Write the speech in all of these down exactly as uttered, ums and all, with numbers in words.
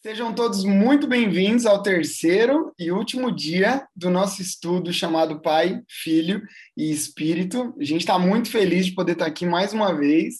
Sejam todos muito bem-vindos ao terceiro e último dia do nosso estudo chamado Pai, Filho e Espírito. A gente está muito feliz de poder estar aqui mais uma vez.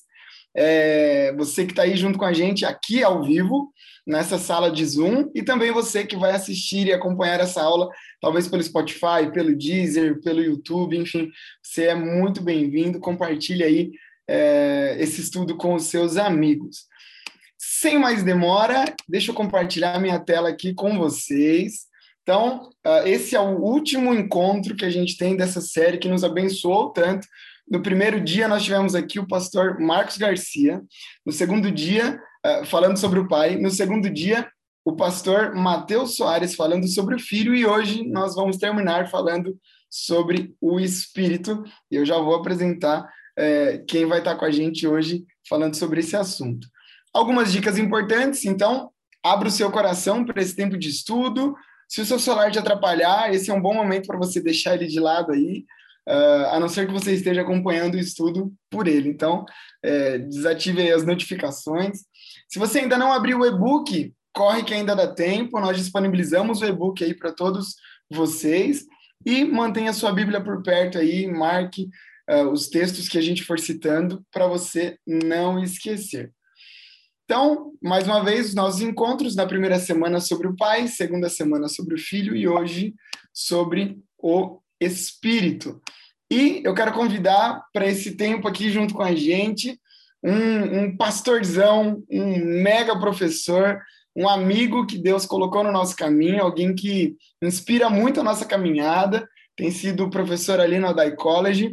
É, você que está aí junto com a gente aqui ao vivo, nessa sala de Zoom, e também você que vai assistir e acompanhar essa aula, talvez pelo Spotify, pelo Deezer, pelo YouTube, enfim, você é muito bem-vindo. Compartilhe aí é, esse estudo com os seus amigos. Sem mais demora, deixa eu compartilhar minha tela aqui com vocês. Então, esse é o último encontro que a gente tem dessa série que nos abençoou tanto. No primeiro dia, nós tivemos aqui o pastor Marcos Garcia. No segundo dia, falando sobre o Pai. No segundo dia, o pastor Matheus Soares falando sobre o Filho. E hoje nós vamos terminar falando sobre o Espírito. E eu já vou apresentar é, quem vai estar com a gente hoje falando sobre esse assunto. Algumas dicas importantes, então, abra o seu coração para esse tempo de estudo. Se o seu celular te atrapalhar, esse é um bom momento para você deixar ele de lado aí, uh, a não ser que você esteja acompanhando o estudo por ele. Então, é, desative aí as notificações. Se você ainda não abriu o e-book, corre que ainda dá tempo, nós disponibilizamos o e-book aí para todos vocês. E mantenha sua Bíblia por perto aí, marque uh, os textos que a gente for citando para você não esquecer. Então, mais uma vez, os nossos encontros na primeira semana sobre o Pai, segunda semana sobre o Filho e hoje sobre o Espírito. E eu quero convidar para esse tempo aqui junto com a gente um, um pastorzão, um mega professor, um amigo que Deus colocou no nosso caminho, alguém que inspira muito a nossa caminhada, tem sido professor ali no Adai College.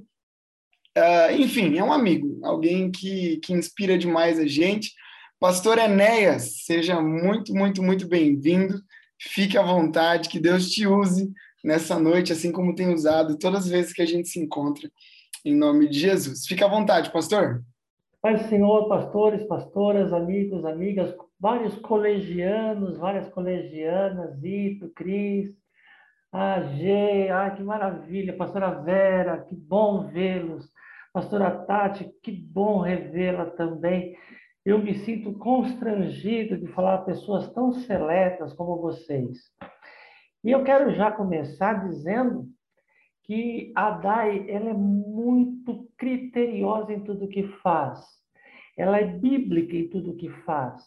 Uh, enfim, é um amigo, alguém que, que inspira demais a gente. Pastor Enéas, seja muito, muito, muito bem-vindo. Fique à vontade, que Deus te use nessa noite, assim como tem usado todas as vezes que a gente se encontra, em nome de Jesus. Fique à vontade, pastor. Pai do Senhor, pastores, pastoras, amigos, amigas, vários colegianos, várias colegianas, Ito, Cris, a G, ai, que maravilha, pastora Vera, que bom vê-los. Pastora Tati, que bom revê-la também. Eu me sinto constrangido de falar a pessoas tão seletas como vocês. E eu quero já começar dizendo que a Dai ela é muito criteriosa em tudo que faz. Ela é bíblica em tudo que faz.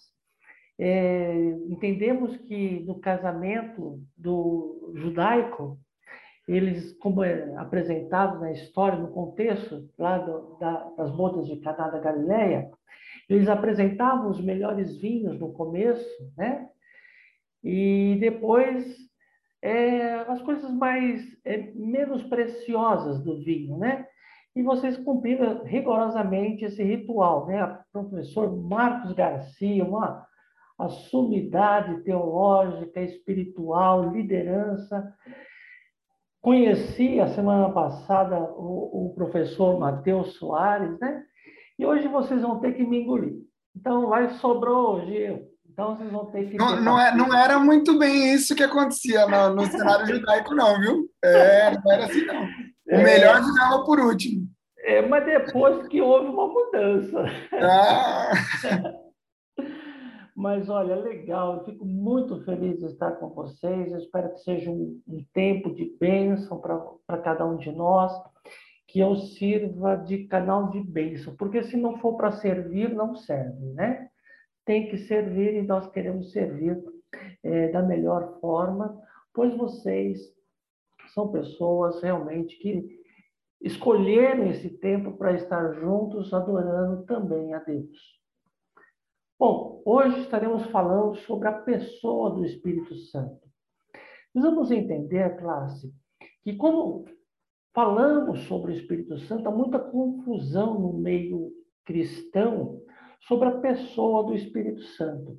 É, entendemos que no casamento do judaico, eles, como é apresentado na história, no contexto lá do, da, das bodas de Caná da Galileia, eles apresentavam os melhores vinhos no começo, né? E depois é, as coisas mais é, menos preciosas do vinho, né? E vocês cumpriram rigorosamente esse ritual, né? O professor Marcos Garcia, uma a sumidade teológica, espiritual, liderança. Conheci a semana passada o, o professor Matheus Soares, né? E hoje vocês vão ter que me engolir. Então, vai, sobrou hoje eu. Então, vocês vão ter que Não, ter não, é, não paciência. era muito bem isso que acontecia no, no cenário judaico, não, viu? É, não era assim, não. O melhor É, ficava por último. é, mas depois que houve uma mudança. Ah, Mas olha, legal, eu fico muito feliz de estar com vocês. Eu espero que seja um, um tempo de bênção para cada um de nós, que eu sirva de canal de bênção, porque se não for para servir, não serve, né? Tem que servir e nós queremos servir é, da melhor forma, pois vocês são pessoas realmente que escolheram esse tempo para estar juntos, adorando também a Deus. Bom, hoje estaremos falando sobre a pessoa do Espírito Santo. Precisamos entender, classe, que quando falamos sobre o Espírito Santo, há muita confusão no meio cristão sobre a pessoa do Espírito Santo.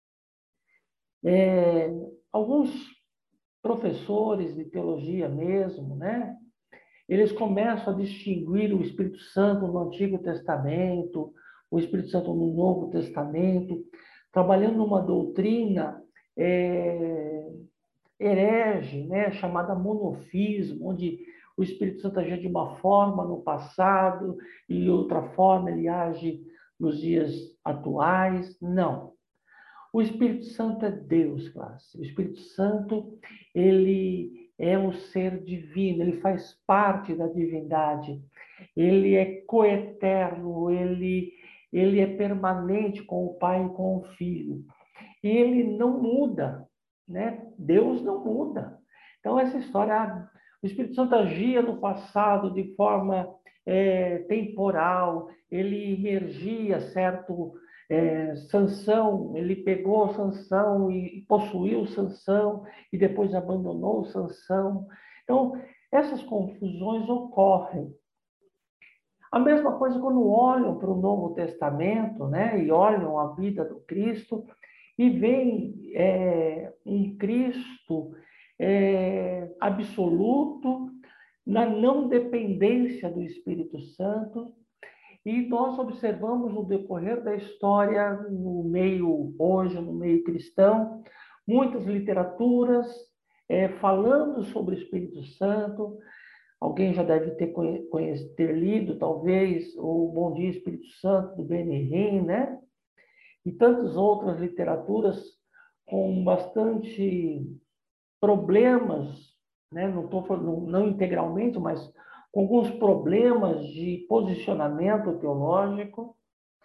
É, alguns professores de teologia mesmo, né? Eles começam a distinguir o Espírito Santo no Antigo Testamento, o Espírito Santo no Novo Testamento, trabalhando numa doutrina é, herege, né, chamada monofismo, onde o Espírito Santo agia de uma forma no passado e outra forma ele age nos dias atuais. Não. O Espírito Santo é Deus, classe. O Espírito Santo, ele é um ser divino, ele faz parte da divindade. Ele é coeterno, ele, ele é permanente com o Pai e com o Filho. E ele não muda, né? Deus não muda. Então, essa história, o Espírito Santo agia no passado de forma é, temporal, ele emergia certo é, Sansão, ele pegou Sansão e possuiu Sansão e depois abandonou Sansão. Então, essas confusões ocorrem. A mesma coisa quando olham para o Novo Testamento, né, e olham a vida do Cristo e veem é, um Cristo é, absoluto na não dependência do Espírito Santo. E nós observamos no decorrer da história, no meio hoje, no meio cristão, muitas literaturas é, falando sobre o Espírito Santo. Alguém já deve ter, conhecido, ter lido, talvez, o Bom Dia Espírito Santo, do Benihim, né? E tantas outras literaturas com bastante problemas, né? Não estou falando, não integralmente, mas com alguns problemas de posicionamento teológico.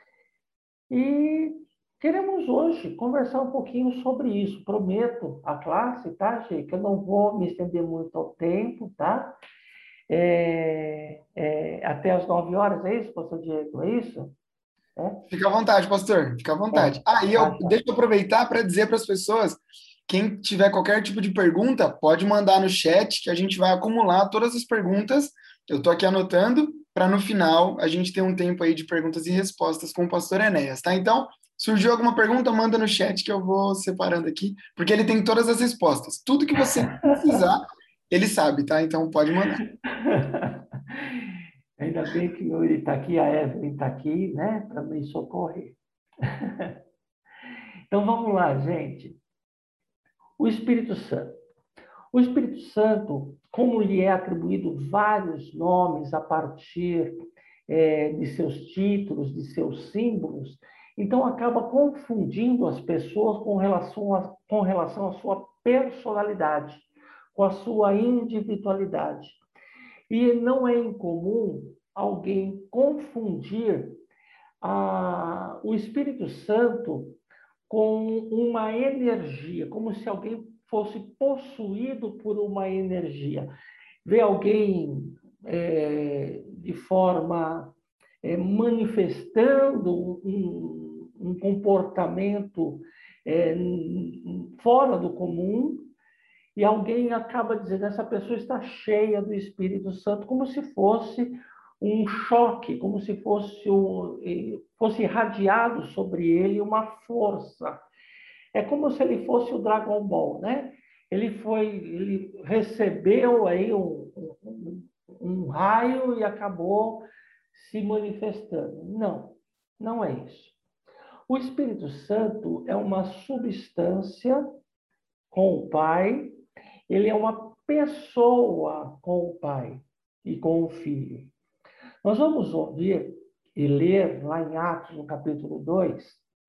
E queremos hoje conversar um pouquinho sobre isso. Prometo à classe, tá, Gê, que eu não vou me estender muito ao tempo, tá? É, é, até as nove horas, é isso, pastor Diego? É isso? É? Fica à vontade, pastor. Fica à vontade. É. Ah, e Ah, eu tá. deixa eu aproveitar para dizer para as pessoas, quem tiver qualquer tipo de pergunta, pode mandar no chat que a gente vai acumular todas as perguntas. Eu estou aqui anotando para no final a gente ter um tempo aí de perguntas e respostas com o pastor Enéas, tá? Então, surgiu alguma pergunta, manda no chat que eu vou separando aqui, porque ele tem todas as respostas. Tudo que você precisar, ele sabe, tá? Então pode mandar. Ainda bem que o Yuri está aqui, a Evelyn está aqui, né, para me socorrer. Então vamos lá, gente. O Espírito Santo. O Espírito Santo, como lhe é atribuído vários nomes a partir é, de seus títulos, de seus símbolos, então acaba confundindo as pessoas com relação, a, com relação à sua personalidade, com a sua individualidade. E não é incomum alguém confundir a, o Espírito Santo com uma energia, como se alguém fosse possuído por uma energia. Vê alguém é, de forma é, manifestando um, um comportamento é, fora do comum, e alguém acaba dizendo, essa pessoa está cheia do Espírito Santo, como se fosse um choque, como se fosse, um, fosse irradiado sobre ele uma força. É como se ele fosse o Dragon Ball, né? Ele foi, ele recebeu aí um, um, um raio e acabou se manifestando. Não, não é isso. O Espírito Santo é uma substância com o Pai, ele é uma pessoa com o Pai e com o Filho. Nós vamos ouvir e ler lá em Atos, no capítulo dois,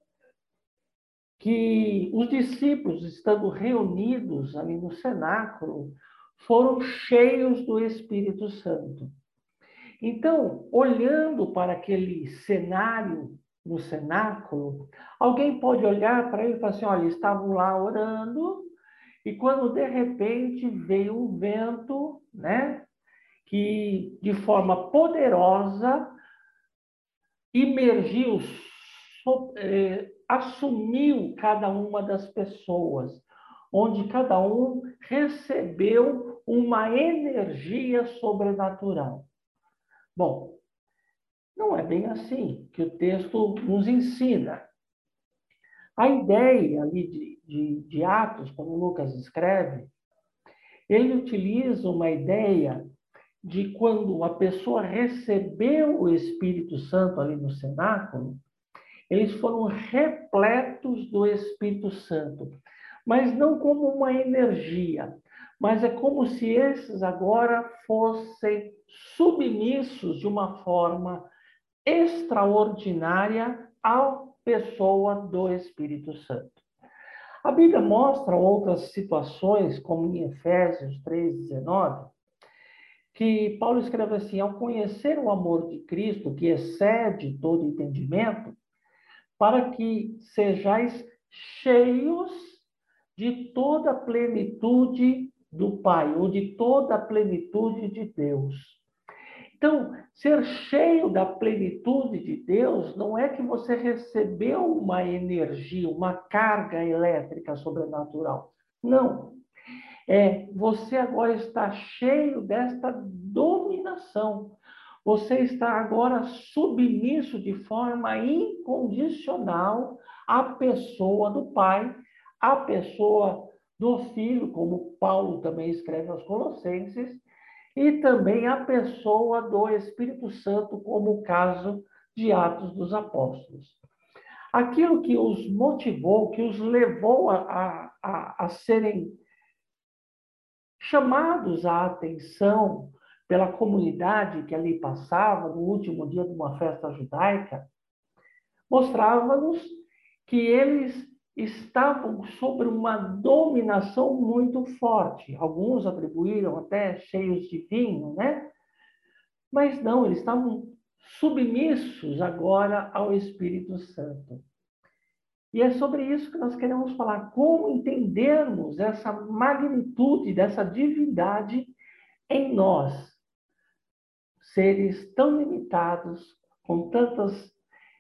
que os discípulos, estando reunidos ali no cenáculo, foram cheios do Espírito Santo. Então, olhando para aquele cenário no cenáculo, alguém pode olhar para ele e falar assim, olha, estavam lá orando, e quando de repente veio um vento, né, que de forma poderosa imergiu, so, eh, assumiu cada uma das pessoas, onde cada um recebeu uma energia sobrenatural. Bom, não é bem assim que o texto nos ensina. A ideia ali de, de, de Atos, como Lucas escreve, ele utiliza uma ideia de quando a pessoa recebeu o Espírito Santo ali no cenáculo, eles foram repletos do Espírito Santo, mas não como uma energia, mas é como se esses agora fossem submissos de uma forma extraordinária à pessoa do Espírito Santo. A Bíblia mostra outras situações, como em Efésios três, dezenove, que Paulo escreve assim: ao conhecer o amor de Cristo, que excede todo entendimento, para que sejais cheios de toda a plenitude do Pai, ou de toda a plenitude de Deus. Então, ser cheio da plenitude de Deus não é que você recebeu uma energia, uma carga elétrica sobrenatural. Não. É, você agora está cheio desta dominação. Você está agora submisso de forma incondicional à pessoa do Pai, à pessoa do Filho, como Paulo também escreve aos Colossenses, e também à pessoa do Espírito Santo, como o caso de Atos dos Apóstolos. Aquilo que os motivou, que os levou a, a, a serem chamados à atenção pela comunidade que ali passava, no último dia de uma festa judaica, mostrava-nos que eles estavam sobre uma dominação muito forte. Alguns atribuíram até cheios de vinho, né? Mas não, eles estavam submissos agora ao Espírito Santo. E é sobre isso que nós queremos falar, como entendermos essa magnitude dessa divindade em nós, seres tão limitados, com tantos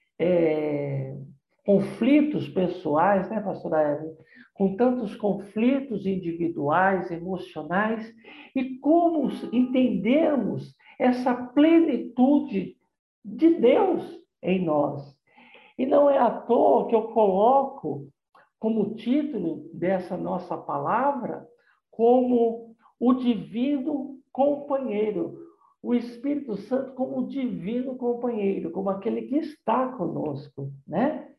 é, conflitos pessoais, né, pastora Eva? Com tantos conflitos individuais, emocionais, e como entendermos essa plenitude de Deus em nós. E não é à toa que eu coloco como título dessa nossa palavra, como o divino companheiro, o Espírito Santo como o divino companheiro, como aquele que está conosco, né?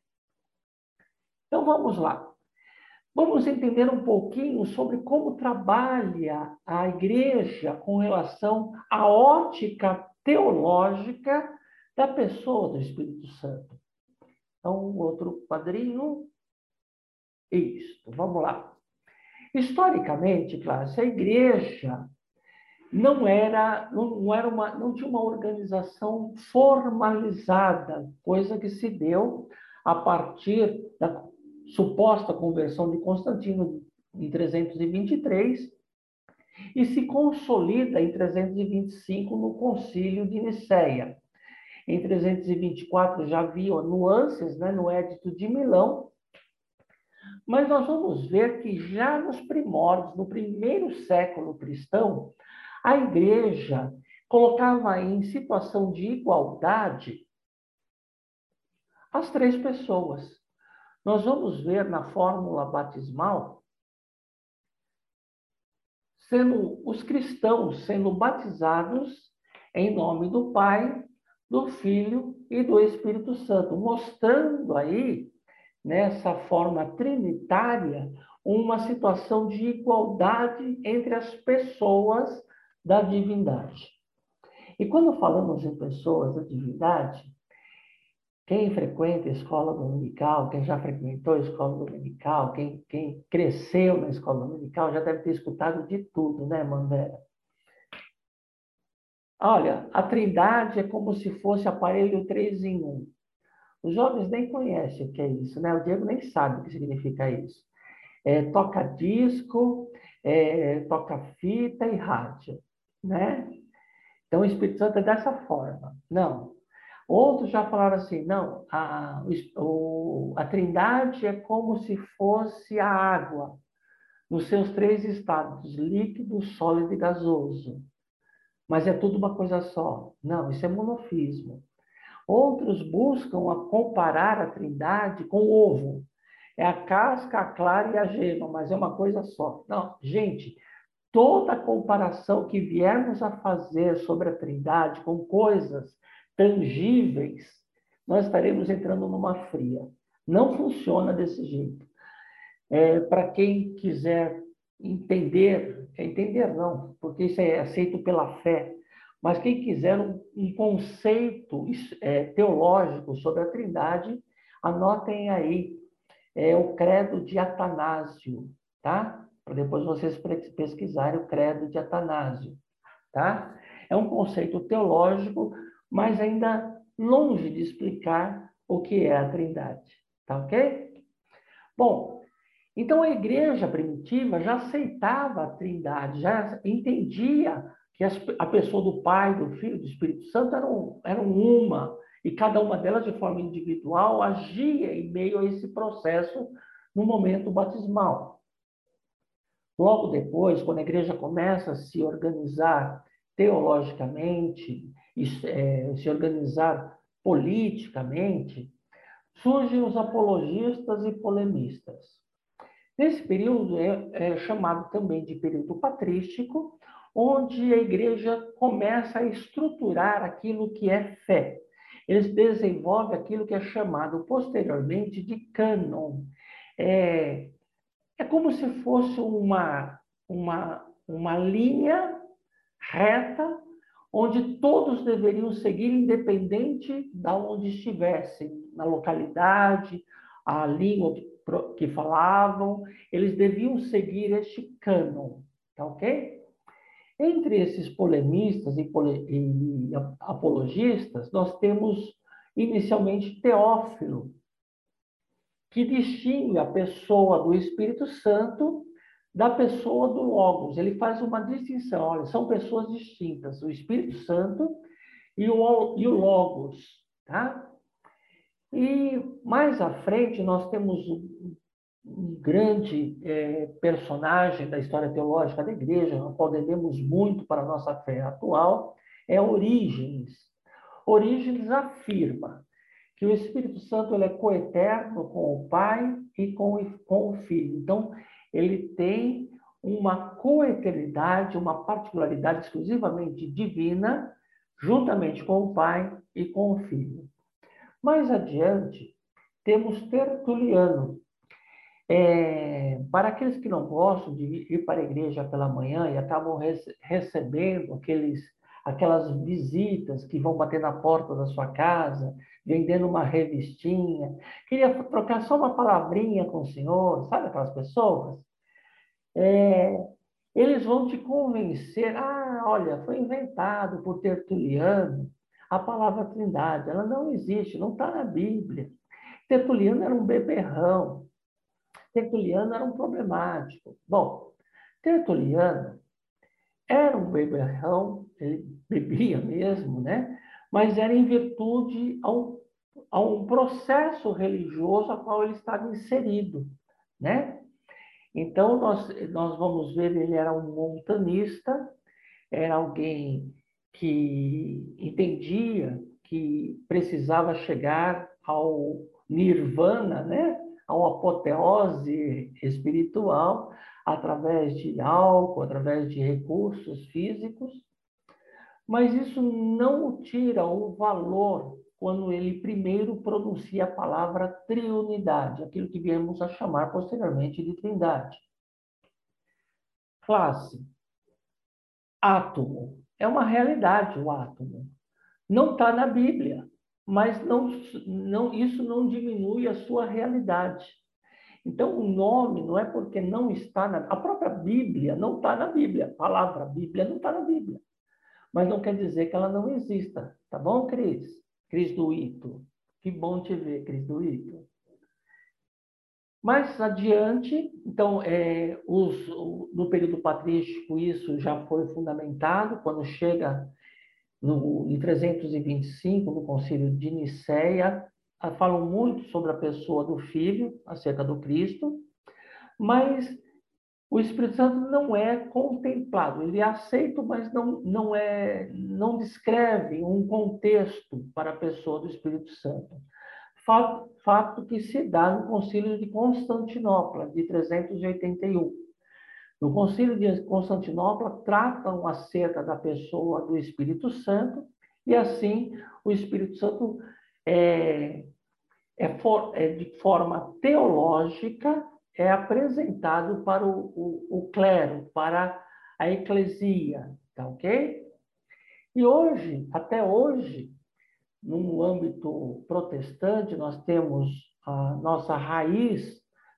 Então vamos lá. Vamos entender um pouquinho sobre como trabalha a igreja com relação à ótica teológica da pessoa do Espírito Santo. Então, outro quadrinho. Isso, vamos lá. Historicamente, claro, a igreja não era, não, não era uma, não tinha uma organização formalizada, coisa que se deu a partir da suposta conversão de Constantino em trezentos e vinte e três e se consolida em trezentos e vinte e cinco no Concílio de Nicéia. Em trezentos e vinte e quatro já havia nuances, né, no Édito de Milão, mas nós vamos ver que já nos primórdios, no primeiro século cristão, a igreja colocava em situação de igualdade as três pessoas. Nós vamos ver na fórmula batismal, sendo os cristãos sendo batizados em nome do Pai, do Filho e do Espírito Santo, mostrando aí, nessa forma trinitária, uma situação de igualdade entre as pessoas da divindade. E quando falamos em pessoas da divindade, quem frequenta a escola dominical, quem já frequentou a escola dominical, quem, quem cresceu na escola dominical, já deve ter escutado de tudo, né, Mandera? Olha, a Trindade é como se fosse aparelho três em um. Os jovens nem conhecem o que é isso, né? O Diego nem sabe o que significa isso. É, toca disco, é, toca fita e rádio, né? Então, o Espírito Santo é dessa forma. Não. Outros já falaram assim, não, a, o, a Trindade é como se fosse a água, nos seus três estados, líquido, sólido e gasoso. Mas é tudo uma coisa só. Não, isso é monofismo. Outros buscam a comparar a Trindade com o ovo. É a casca, a clara e a gema, mas é uma coisa só. Não, gente, toda comparação que viermos a fazer sobre a Trindade com coisas tangíveis, nós estaremos entrando numa fria. Não funciona desse jeito. É, para quem quiser entender, entender não, porque isso é aceito pela fé, mas quem quiser um, um conceito é, teológico sobre a Trindade, anotem aí é o credo de Atanásio, tá? Para depois vocês pesquisarem o credo de Atanásio, tá? É um conceito teológico, mas ainda longe de explicar o que é a Trindade, tá ok? Bom, então a igreja primitiva já aceitava a Trindade, já entendia que as, a pessoa do Pai, do Filho e do Espírito Santo eram, eram uma, e cada uma delas, de forma individual, agia em meio a esse processo no momento batismal. Logo depois, quando a igreja começa a se organizar teologicamente, e, é, se organizar politicamente, surgem os apologistas e polemistas. Nesse período é, é chamado também de período patrístico, onde a igreja começa a estruturar aquilo que é fé. Eles desenvolvem aquilo que é chamado posteriormente de cânon. É, é como se fosse uma, uma, uma linha reta, onde todos deveriam seguir, independente de onde estivessem, na localidade, a língua que, que falavam, eles deviam seguir este cânon, tá ok? Entre esses polemistas e, pole, e apologistas, nós temos inicialmente Teófilo, que distingue a pessoa do Espírito Santo da pessoa do Logos. Ele faz uma distinção, olha, são pessoas distintas, o Espírito Santo e o, e o Logos, tá? E mais à frente nós temos um, um grande é, personagem da história teológica da igreja, ao qual devemos muito para a nossa fé atual, é Orígenes. Orígenes afirma que o Espírito Santo ele é coeterno com o Pai e com, com o Filho. Então, ele tem uma coeternidade, uma particularidade exclusivamente divina, juntamente com o Pai e com o Filho. Mais adiante, temos Tertuliano. É, para aqueles que não gostam de ir para a igreja pela manhã e acabam rece recebendo aqueles, aquelas visitas que vão bater na porta da sua casa, vendendo uma revistinha, queria trocar só uma palavrinha com o senhor, sabe aquelas pessoas? É, eles vão te convencer, ah, olha, foi inventado por Tertuliano a palavra Trindade, ela não existe, não está na Bíblia. Tertuliano era um beberrão, Tertuliano era um problemático. Bom, Tertuliano era um beberrão, ele bebia mesmo, né? Mas era em virtude a um, a um processo religioso a qual ele estava inserido, né? Então, nós, nós vamos ver, ele era um montanista, era alguém que entendia que precisava chegar ao nirvana, né? Ao apoteose espiritual, através de álcool, através de recursos físicos, mas isso não tira o valor quando ele primeiro pronuncia a palavra triunidade, aquilo que viemos a chamar posteriormente de trindade. Classe. Átomo. É uma realidade o átomo. Não está na Bíblia, mas não, não, isso não diminui a sua realidade. Então, o nome não é porque não está na... A própria Bíblia não está na Bíblia. A palavra Bíblia não está na Bíblia. Mas não quer dizer que ela não exista. Tá bom, Cris? Cris do Ito. Que bom te ver, Cris do Ito. Mais adiante, então, é, os, no período patrístico, isso já foi fundamentado, quando chega no, em trezentos e vinte e cinco, no Concílio de Nicéia, falam muito sobre a pessoa do Filho, acerca do Cristo, mas o Espírito Santo não é contemplado, ele é aceito, mas não, não, é, não descreve um contexto para a pessoa do Espírito Santo. Fato, fato que se dá no Concílio de Constantinopla, de trezentos e oitenta e um. No Concílio de Constantinopla, tratam acerca da pessoa do Espírito Santo, e assim o Espírito Santo é, é, for, é de forma teológica, é apresentado para o, o, o clero, para a eclesia, tá ok? E hoje, até hoje, no âmbito protestante, nós temos a nossa raiz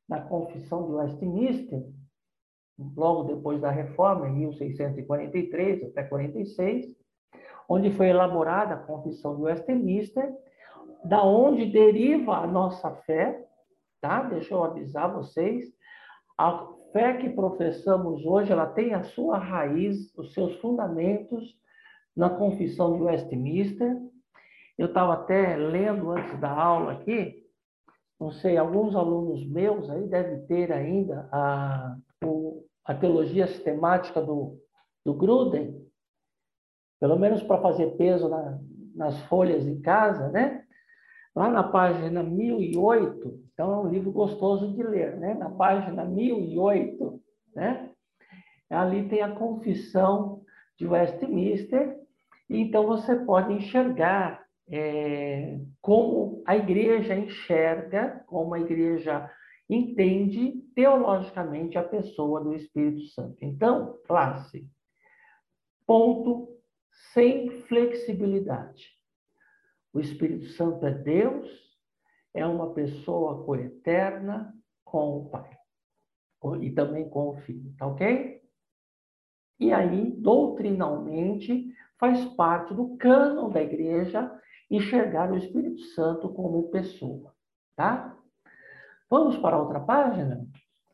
na Confissão de Westminster, logo depois da Reforma, em mil seiscentos e quarenta e três até quarenta e seis, onde foi elaborada a Confissão de Westminster, da onde deriva a nossa fé, tá? Deixa eu avisar vocês, a fé que professamos hoje, ela tem a sua raiz, os seus fundamentos na Confissão de Westminster. Eu estava até lendo antes da aula aqui, não sei, alguns alunos meus aí devem ter ainda a, o, a teologia sistemática do, do Gruden, pelo menos para fazer peso na, nas folhas em casa, né? Lá na página mil e oito, então é um livro gostoso de ler, né? Na página mil e oito, né? Ali tem a Confissão de Westminster, e então você pode enxergar é, como a igreja enxerga, como a igreja entende teologicamente a pessoa do Espírito Santo. Então, classe, ponto, sem flexibilidade. O Espírito Santo é Deus, é uma pessoa coeterna com o Pai e também com o Filho, tá ok? E aí, doutrinalmente, faz parte do cânon da igreja enxergar o Espírito Santo como pessoa, tá? Vamos para outra página?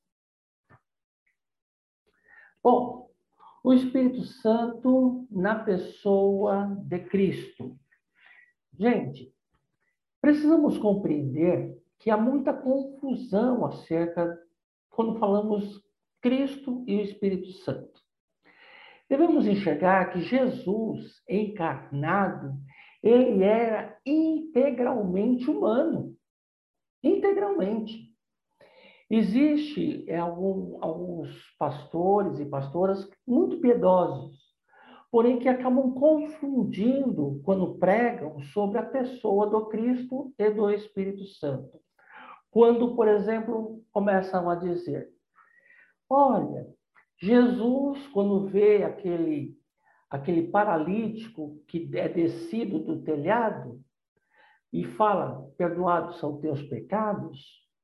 Bom, o Espírito Santo na pessoa de Cristo. Gente, precisamos compreender que há muita confusão acerca quando falamos Cristo e o Espírito Santo. Devemos enxergar que Jesus encarnado, ele era integralmente humano. Integralmente. Existe é, algum, alguns pastores e pastoras muito piedosos, porém que acabam confundindo quando pregam sobre a pessoa do Cristo e do Espírito Santo. Quando, por exemplo, começam a dizer, olha, Jesus, quando vê aquele, aquele paralítico que é descido do telhado e fala, perdoados são teus pecados,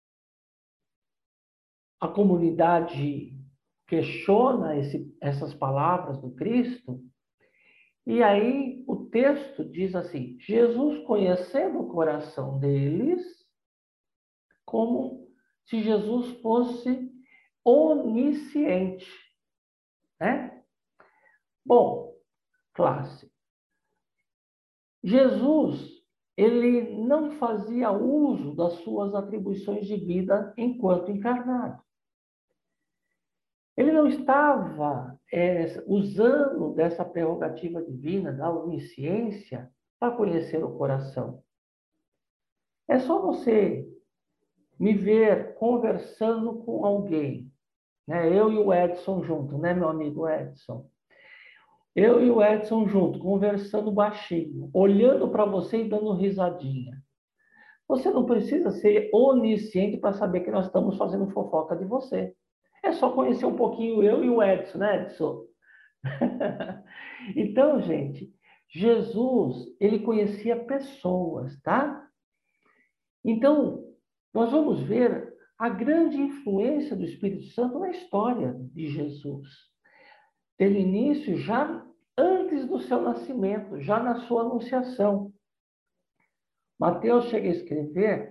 a comunidade questiona esse, essas palavras do Cristo, e aí o texto diz assim, Jesus conhecendo o coração deles, como se Jesus fosse onisciente, né? Bom, classe. Jesus, ele não fazia uso das suas atribuições de vida enquanto encarnado. Ele não estava é, usando dessa prerrogativa divina, da onisciência, para conhecer o coração. É só você me ver conversando com alguém, né? Eu e o Edson junto, né, meu amigo Edson? Eu e o Edson junto, conversando baixinho, olhando para você e dando risadinha. Você não precisa ser onisciente para saber que nós estamos fazendo fofoca de você. É só conhecer um pouquinho eu e o Edson, né, Edson? Então, gente, Jesus, ele conhecia pessoas, tá? Então, nós vamos ver a grande influência do Espírito Santo na história de Jesus. Teve início já antes do seu nascimento, já na sua anunciação. Mateus chega a escrever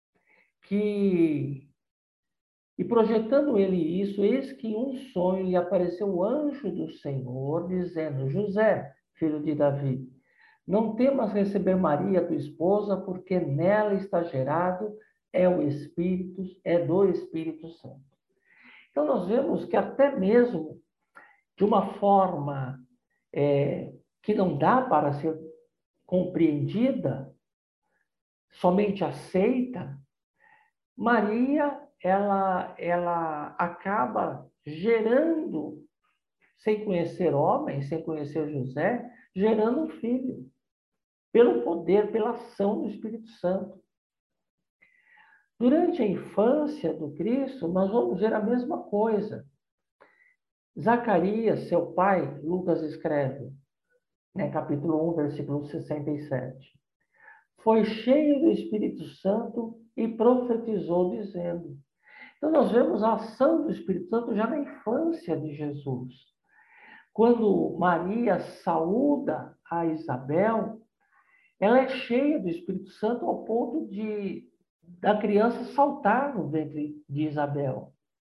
que, e projetando ele isso, eis que em um sonho lhe apareceu o anjo do Senhor, dizendo, José, filho de Davi, não temas receber Maria, tua esposa, porque nela está gerado, é o Espírito, é do Espírito Santo. Então, nós vemos que até mesmo de uma forma é, que não dá para ser compreendida, somente aceita, Maria, ela, ela acaba gerando, sem conhecer homem, sem conhecer José, gerando um filho, pelo poder, pela ação do Espírito Santo. Durante a infância do Cristo, nós vamos ver a mesma coisa. Zacarias, seu pai, Lucas escreve, né, capítulo um, versículo sessenta e sete. Foi cheio do Espírito Santo e profetizou, dizendo. Então, nós vemos a ação do Espírito Santo já na infância de Jesus. Quando Maria saúda a Isabel, ela é cheia do Espírito Santo ao ponto de da criança saltar no ventre de Isabel.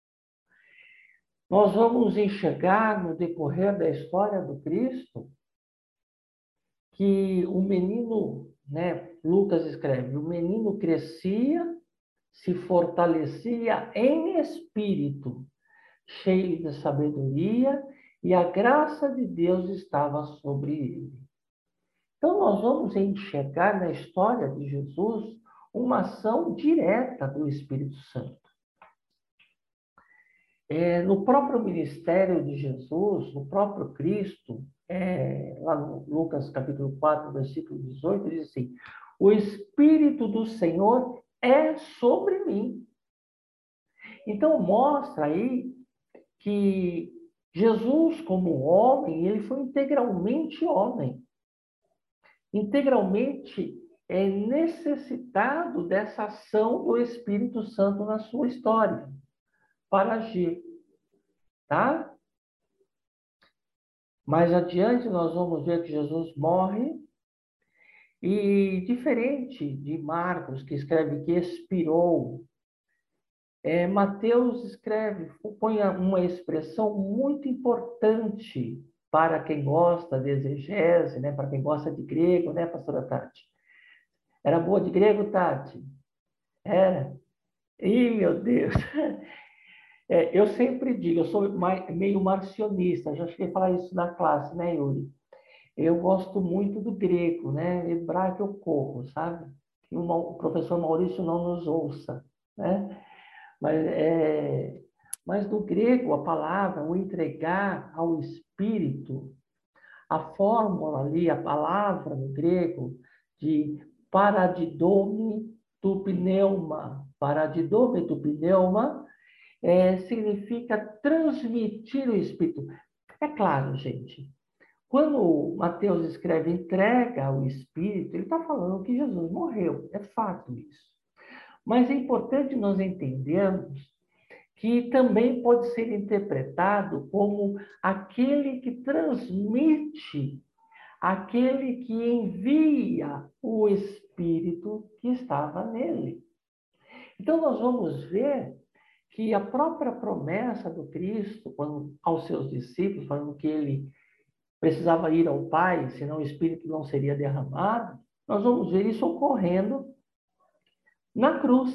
Nós vamos enxergar no decorrer da história do Cristo que o menino, né, Lucas escreve, o menino crescia, se fortalecia em espírito, cheio de sabedoria, e a graça de Deus estava sobre ele. Então, nós vamos enxergar na história de Jesus uma ação direta do Espírito Santo. É, no próprio ministério de Jesus, no próprio Cristo, é, lá no Lucas capítulo quatro, versículo dezoito, diz assim: o Espírito do Senhor é sobre mim. Então, mostra aí que Jesus, como homem, ele foi integralmente homem. Integralmente é necessitado dessa ação do Espírito Santo na sua história, para agir, tá? Mais adiante nós vamos ver que Jesus morre e, diferente de Marcos, que escreve que expirou, é, Mateus escreve, põe uma expressão muito importante para quem gosta de exegese, né? Para quem gosta de grego, né, pastora Tati? Era boa de grego, Tati? Era? Ih, meu Deus! É, eu sempre digo, eu sou meio marcionista, já cheguei a falar isso na classe, né, Yuri? Eu gosto muito do grego, né? Hebraico eu corro, sabe? Que o professor Maurício não nos ouça, né? Mas, é, mas no grego, a palavra, o entregar ao Espírito, a fórmula ali, a palavra no grego, de paradidome tu pneuma, paradidome tu pneuma, é, significa transmitir o Espírito. É claro, gente, quando Mateus escreve entrega o Espírito, ele está falando que Jesus morreu, é fato isso. Mas é importante nós entendermos que também pode ser interpretado como aquele que transmite, aquele que envia o Espírito que estava nele. Então, nós vamos ver que a própria promessa do Cristo, quando, aos seus discípulos, falando que ele precisava ir ao Pai, senão o Espírito não seria derramado, nós vamos ver isso ocorrendo na cruz.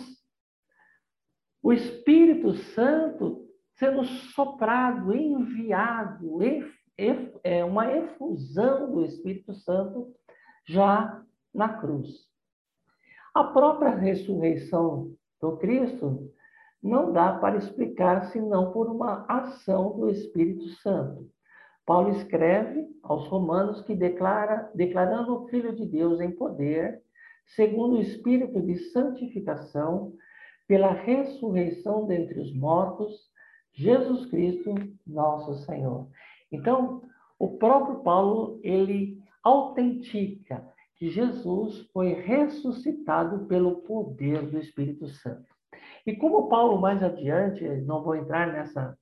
O Espírito Santo sendo soprado, enviado, é uma efusão do Espírito Santo já na cruz. A própria ressurreição do Cristo não dá para explicar senão por uma ação do Espírito Santo. Paulo escreve aos Romanos que declara, declarando o Filho de Deus em poder, segundo o Espírito de santificação, pela ressurreição dentre os mortos, Jesus Cristo, nosso Senhor. Então, o próprio Paulo, ele autentica que Jesus foi ressuscitado pelo poder do Espírito Santo. E como Paulo, mais adiante, não vou entrar nessa,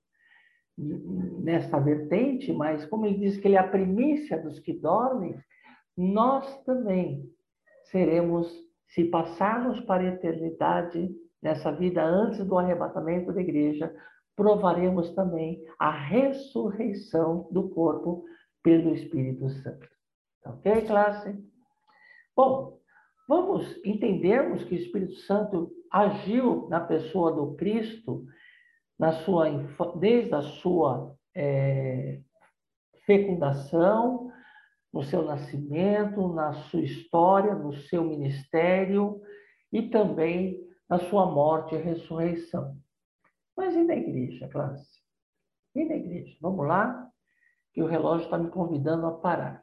nessa vertente, mas como ele diz que ele é a primícia dos que dormem, nós também seremos, se passarmos para a eternidade, nessa vida antes do arrebatamento da igreja, provaremos também a ressurreição do corpo pelo Espírito Santo. Ok, classe? Bom, vamos entendermos que o Espírito Santo agiu na pessoa do Cristo, na sua, desde a sua é, fecundação, no seu nascimento, na sua história, no seu ministério e também na sua morte e ressurreição. Mas e na igreja, classe? E na igreja? Vamos lá, que o relógio está me convidando a parar.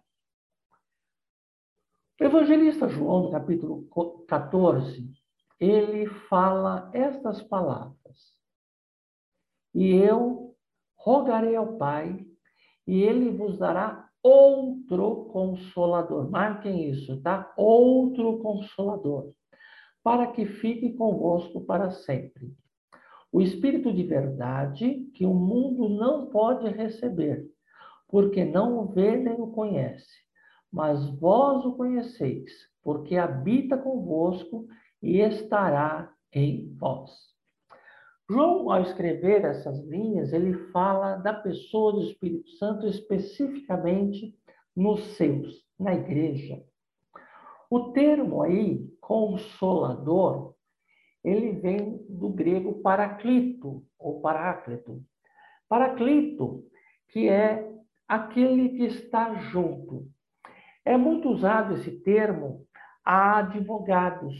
O evangelista João, no capítulo quatorze, ele fala estas palavras: e eu rogarei ao Pai, e ele vos dará outro consolador. Marquem isso, tá? Outro consolador, para que fique convosco para sempre. O Espírito de verdade que o mundo não pode receber, porque não o vê nem o conhece. Mas vós o conheceis, porque habita convosco e estará em vós. João, ao escrever essas linhas, ele fala da pessoa do Espírito Santo especificamente nos seus, na igreja. O termo aí, consolador, ele vem do grego paraclito, ou paráclito. Paraclito, que é aquele que está junto. É muito usado esse termo a advogados,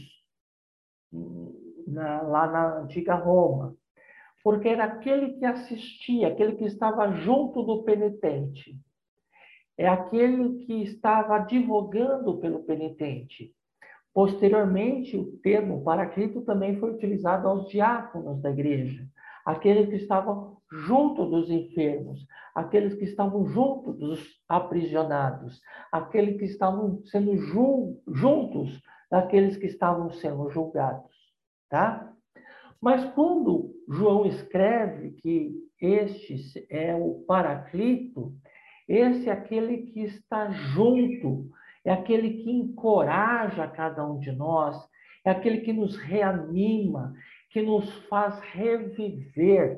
na, lá na antiga Roma, porque era aquele que assistia, aquele que estava junto do penitente. É aquele que estava advogando pelo penitente. Posteriormente, o termo paraclito também foi utilizado aos diáconos da igreja, aqueles que estavam junto dos enfermos, aqueles que estavam junto dos aprisionados, aqueles que estavam sendo jun juntos daqueles que estavam sendo julgados, tá? Mas quando João escreve que este é o paraclito, esse é aquele que está junto, é aquele que encoraja cada um de nós, é aquele que nos reanima, que nos faz reviver.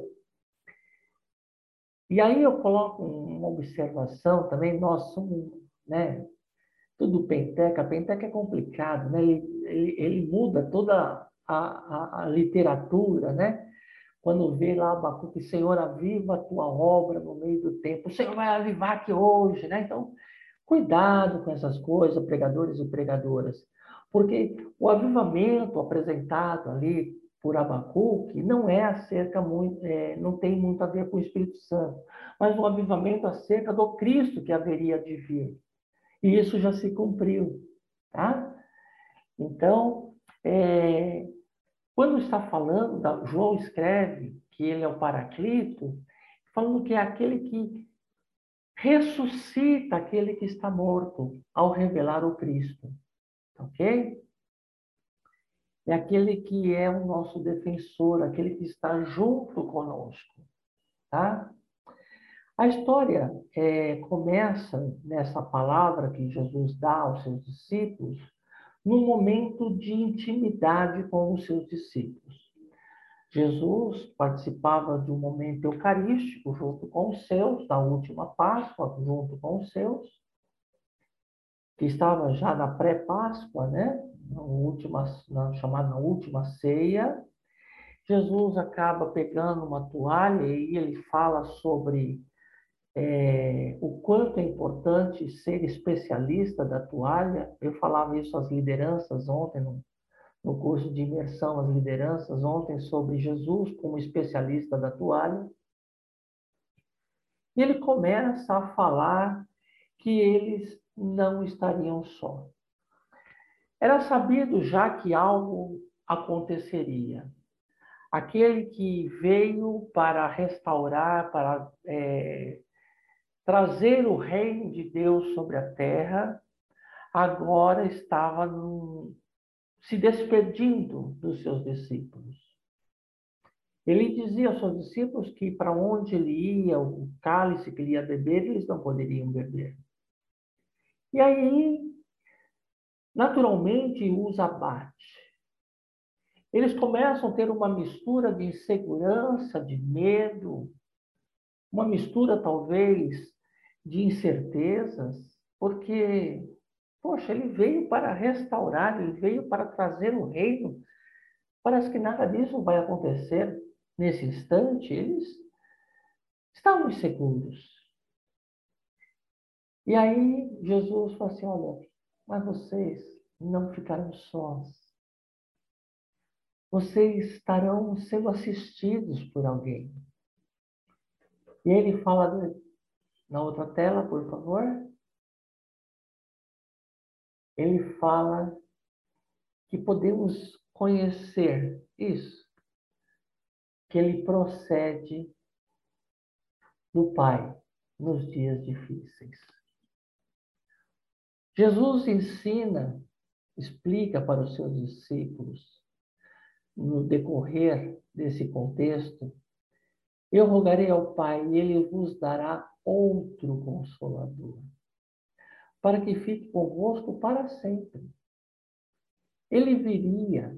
E aí eu coloco uma observação também, nós somos, né, tudo penteca, penteca é complicado, né? Ele, ele, ele muda toda a, a, a literatura, né? Quando vê lá Abacuque, Senhor, aviva a tua obra no meio do tempo. O Senhor vai avivar aqui hoje, né? Então, cuidado com essas coisas, pregadores e pregadoras. Porque o avivamento apresentado ali por Abacuque não é acerca muito, é, não tem muito a ver com o Espírito Santo, mas um avivamento acerca do Cristo que haveria de vir. E isso já se cumpriu, tá? Então, é, quando está falando, da, João escreve que ele é o Paraclito, falando que é aquele que ressuscita aquele que está morto ao revelar o Cristo, ok? É aquele que é o nosso defensor, aquele que está junto conosco, tá? A história é, começa nessa palavra que Jesus dá aos seus discípulos, num momento de intimidade com os seus discípulos. Jesus participava de um momento eucarístico junto com os seus, da última Páscoa, junto com os seus, que estava já na pré-Páscoa, né? Na última, na chamada última ceia. Jesus acaba pegando uma toalha e ele fala sobre é, o quanto é importante ser especialista da toalha. Eu falava isso às lideranças ontem, no, no curso de imersão às lideranças, ontem, sobre Jesus como especialista da toalha. E ele começa a falar que eles não estariam só. Era sabido já que algo aconteceria. Aquele que veio para restaurar, para é, trazer o reino de Deus sobre a terra, agora estava no, se despedindo dos seus discípulos. Ele dizia aos seus discípulos que para onde ele ia, o cálice que ele ia beber, eles não poderiam beber. E aí, naturalmente, os abate. Eles começam a ter uma mistura de insegurança, de medo, uma mistura, talvez, de incertezas, porque, poxa, ele veio para restaurar, ele veio para trazer o reino. Parece que nada disso vai acontecer nesse instante. Eles estavam inseguros. E aí, Jesus falou assim, olha, mas vocês não ficarão sós. Vocês estarão sendo assistidos por alguém. E ele fala, na outra tela, por favor. Ele fala que podemos conhecer isso, que ele procede do Pai nos dias difíceis. Jesus ensina, explica para os seus discípulos no decorrer desse contexto, eu rogarei ao Pai e Ele vos dará outro Consolador, para que fique convosco para sempre. Ele viria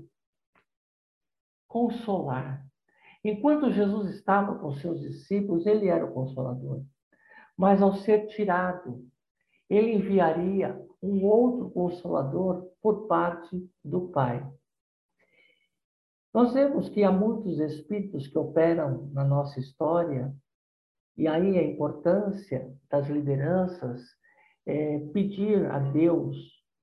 consolar. Enquanto Jesus estava com seus discípulos, ele era o Consolador. Mas ao ser tirado, ele enviaria um outro Consolador por parte do Pai. Nós vemos que há muitos espíritos que operam na nossa história, e aí a importância das lideranças é pedir a Deus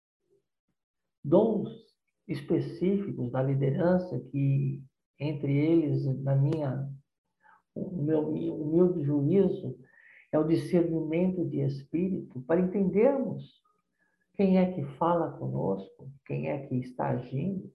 dons específicos da liderança, que entre eles, na minha, o meu humilde juízo, é o discernimento de espírito, para entendermos quem é que fala conosco, quem é que está agindo.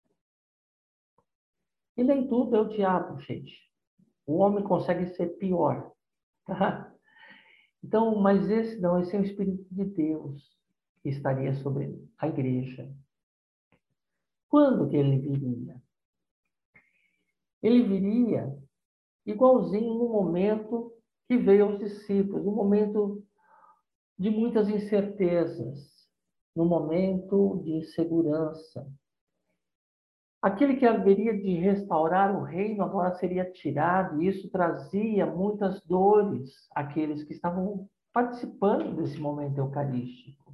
E nem tudo é o diabo, gente. O homem consegue ser pior. Tá? Então, mas esse não, esse é o Espírito de Deus que estaria sobre a igreja. Quando que ele viria? Ele viria igualzinho no momento que veio aos discípulos, no momento de muitas incertezas, no momento de insegurança. Aquele que haveria de restaurar o reino agora seria tirado, e isso trazia muitas dores àqueles que estavam participando desse momento eucarístico.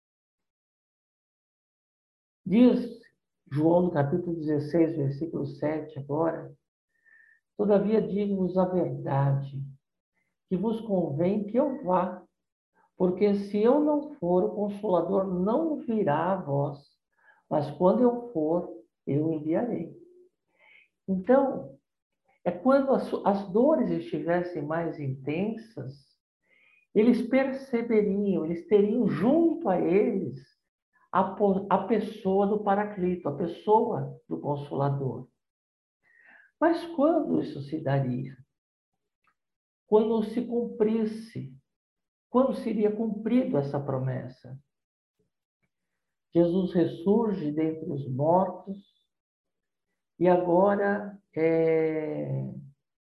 Diz João, no capítulo dezesseis, versículo sete, agora: todavia digo-vos a verdade, que vos convém que eu vá, porque se eu não for, o Consolador não virá a vós, mas quando eu for, eu enviarei. Então, é quando as, as dores estivessem mais intensas, eles perceberiam, eles teriam junto a eles a, a pessoa do Paraclito, a pessoa do Consolador. Mas quando isso se daria? Quando se cumprisse, quando seria cumprido essa promessa? Jesus ressurge dentre os mortos e agora é,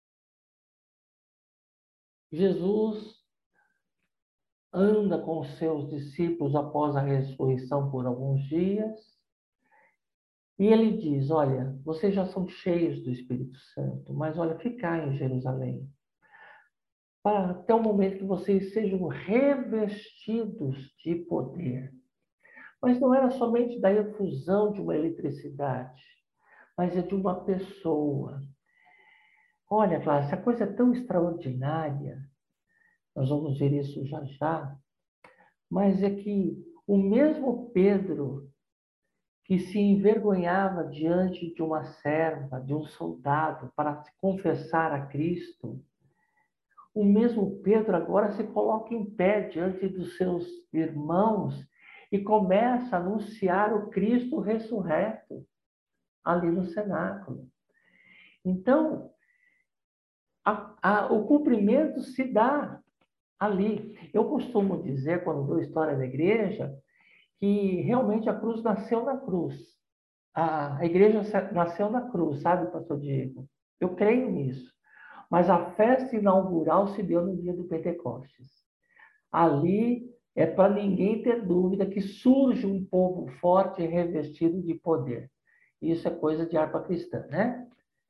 Jesus anda com os seus discípulos após a ressurreição por alguns dias, e ele diz: olha, vocês já são cheios do Espírito Santo, mas olha, ficai em Jerusalém, para até o momento que vocês sejam revestidos de poder. Mas não era somente da efusão de uma eletricidade, mas é de uma pessoa. Olha, Cláudia, essa coisa é tão extraordinária, nós vamos ver isso já já, mas é que o mesmo Pedro que se envergonhava diante de uma serva, de um soldado, para se confessar a Cristo, o mesmo Pedro agora se coloca em pé diante dos seus irmãos e começa a anunciar o Cristo ressurreto ali no cenáculo. Então, a, a, o cumprimento se dá ali. Eu costumo dizer, quando dou história da igreja, que realmente a cruz nasceu na cruz. A, a igreja nasceu na cruz, sabe, pastor Diego? Eu creio nisso. Mas a festa inaugural se deu no dia do Pentecostes. Ali é para ninguém ter dúvida que surge um povo forte e revestido de poder. Isso é coisa de harpa cristã, né?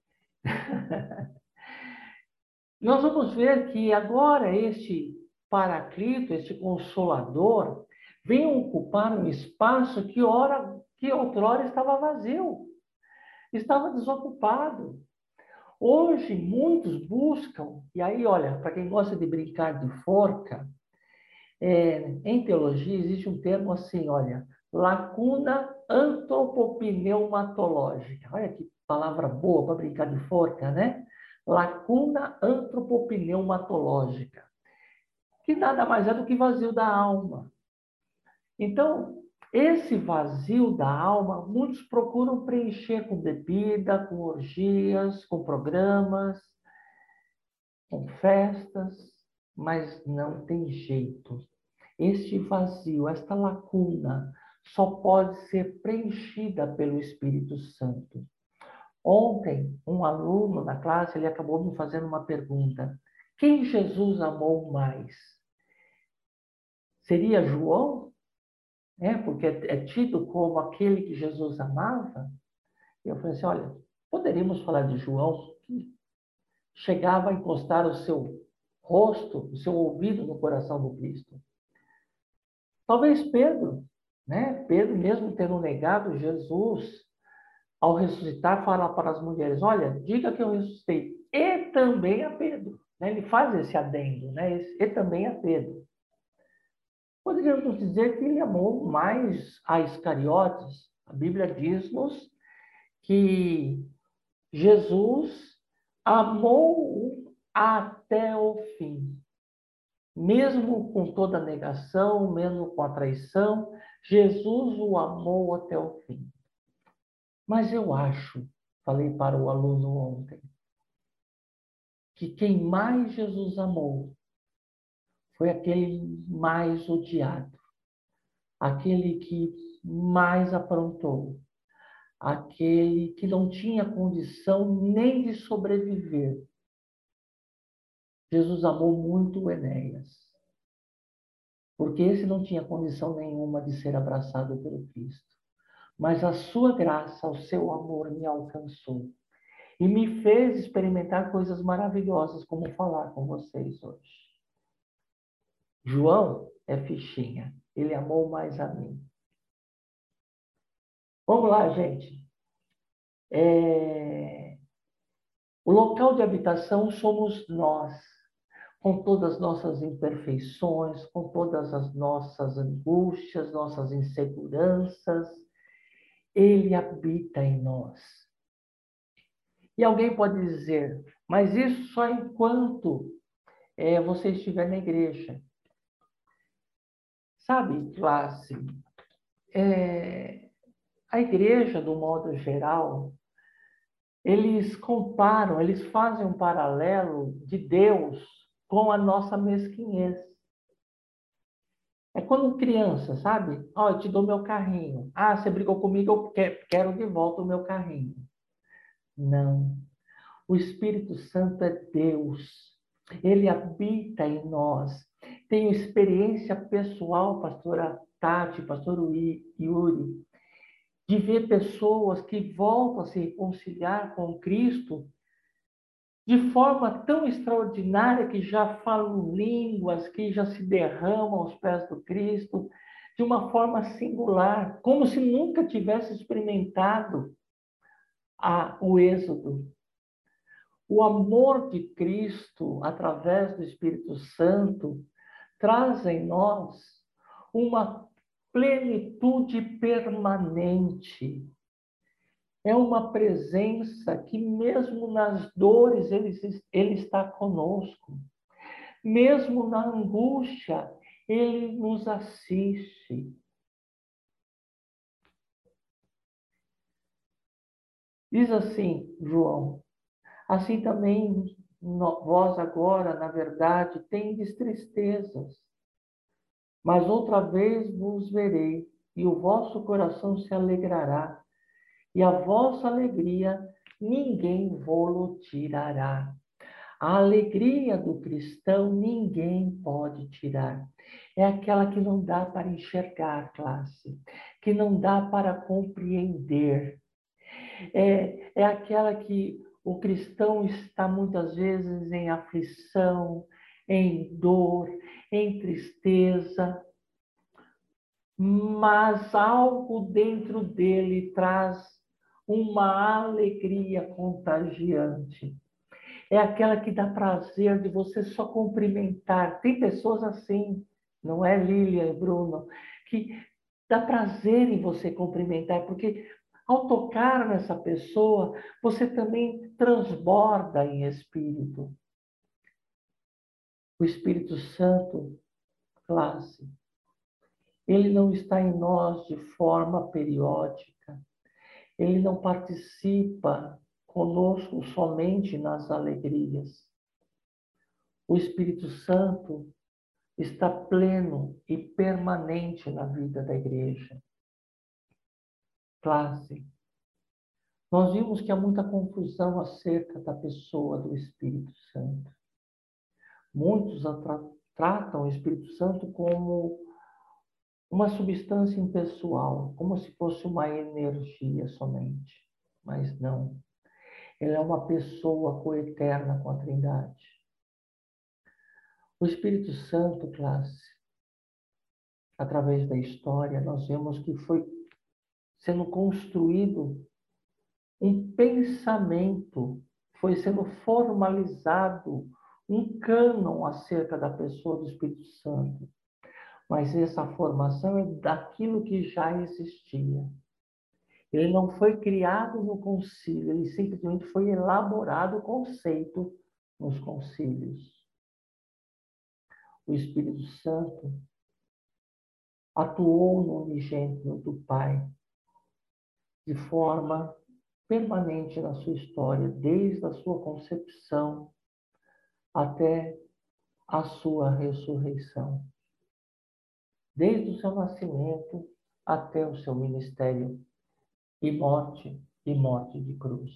Nós vamos ver que agora este Paraclito, este Consolador, vem ocupar um espaço que, ora, que outrora estava vazio, estava desocupado. Hoje, muitos buscam, e aí, olha, para quem gosta de brincar de forca, é, em teologia existe um termo assim, olha, lacuna antropopneumatológica. Olha que palavra boa para brincar de forca, né? Lacuna antropopneumatológica, que nada mais é do que vazio da alma. Então, esse vazio da alma, muitos procuram preencher com bebida, com orgias, com programas, com festas, mas não tem jeito. Este vazio, esta lacuna, só pode ser preenchida pelo Espírito Santo. Ontem, um aluno na classe, ele acabou me fazendo uma pergunta. Quem Jesus amou mais? Seria João? É, porque é tido como aquele que Jesus amava? E eu falei assim, olha, poderíamos falar de João, que chegava a encostar o seu rosto, o seu ouvido no coração do Cristo. Talvez Pedro, né? Pedro, mesmo tendo negado Jesus, ao ressuscitar, fala para as mulheres, olha, diga que eu ressuscitei. E também a Pedro. Né? Ele faz esse adendo, né? E também a Pedro. Poderíamos dizer que ele amou mais a Iscariotes. A Bíblia diz-nos que Jesus amou-o até o fim. Mesmo com toda a negação, mesmo com a traição, Jesus o amou até o fim. Mas eu acho, falei para o aluno ontem, que quem mais Jesus amou foi aquele mais odiado, aquele que mais aprontou, aquele que não tinha condição nem de sobreviver. Jesus amou muito o Enéas, porque esse não tinha condição nenhuma de ser abraçado pelo Cristo. Mas a sua graça, o seu amor me alcançou e me fez experimentar coisas maravilhosas, como falar com vocês hoje. João é fichinha, ele amou mais a mim. Vamos lá, gente. É... O local de habitação somos nós, com todas as nossas imperfeições, com todas as nossas angústias, nossas inseguranças. Ele habita em nós. E alguém pode dizer, mas isso só enquanto é, você estiver na igreja. Sabe, classe, é, a igreja, do modo geral, eles comparam, eles fazem um paralelo de Deus com a nossa mesquinhez. É quando criança, sabe? Ó, oh, eu te dou meu carrinho. Ah, você brigou comigo, eu quero de volta o meu carrinho. Não. O Espírito Santo é Deus. Ele habita em nós. Tenho experiência pessoal, pastora Tati, pastor Yuri, de ver pessoas que voltam a se reconciliar com Cristo de forma tão extraordinária que já falam línguas, que já se derramam aos pés do Cristo, de uma forma singular, como se nunca tivesse experimentado a, o êxodo. O amor de Cristo, através do Espírito Santo, traz em nós uma plenitude permanente. É uma presença que, mesmo nas dores, ele, ele está conosco. Mesmo na angústia, ele nos assiste. Diz assim, João, assim também vós agora, na verdade, tendes tristezas, mas outra vez vos verei, e o vosso coração se alegrará, e a vossa alegria ninguém vô-lo tirará. A alegria do cristão ninguém pode tirar. É aquela que não dá para enxergar, classe, que não dá para compreender. É, é aquela que o cristão está muitas vezes em aflição, em dor, em tristeza, mas algo dentro dele traz uma alegria contagiante. É aquela que dá prazer de você só cumprimentar. Tem pessoas assim, não é, Lília e Bruno, que dá prazer em você cumprimentar, porque ao tocar nessa pessoa, você também transborda em espírito. O Espírito Santo, classe, ele não está em nós de forma periódica. Ele não participa conosco somente nas alegrias. O Espírito Santo está pleno e permanente na vida da igreja. Classe, Nós vimos que há muita confusão acerca da pessoa do Espírito Santo. Muitos tra tratam o Espírito Santo como uma substância impessoal, como se fosse uma energia somente. Mas não. Ele é uma pessoa coeterna com a Trindade. O Espírito Santo, classe, através da história, nós vemos que foi sendo construído um pensamento, foi sendo formalizado um cânon acerca da pessoa do Espírito Santo. Mas essa formação é daquilo que já existia. Ele não foi criado no concílio, ele simplesmente foi elaborado o conceito nos concílios. O Espírito Santo atuou no unigênito do Pai de forma permanente na sua história, desde a sua concepção até a sua ressurreição. Desde o seu nascimento até o seu ministério e morte, e morte de cruz.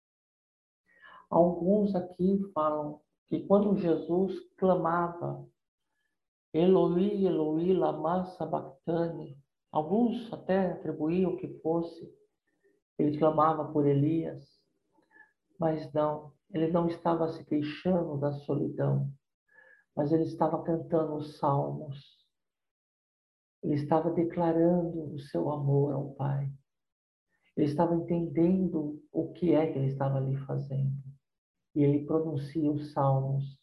Alguns aqui falam que quando Jesus clamava Eloi, Eloi, lama sabachthani, alguns até atribuíam que fosse, ele clamava por Elias, mas não, ele não estava se queixando da solidão, mas ele estava cantando os salmos, ele estava declarando o seu amor ao Pai, ele estava entendendo o que é que ele estava ali fazendo, e ele pronuncia os salmos.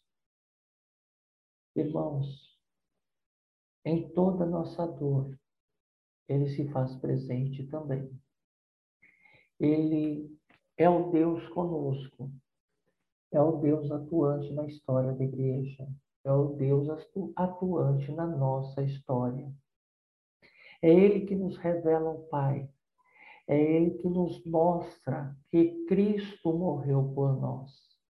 Irmãos, em toda a nossa dor, ele se faz presente também. Ele é o Deus conosco, é o Deus atuante na história da igreja, é o Deus atuante na nossa história. É Ele que nos revela o Pai, é Ele que nos mostra que Cristo morreu por nós.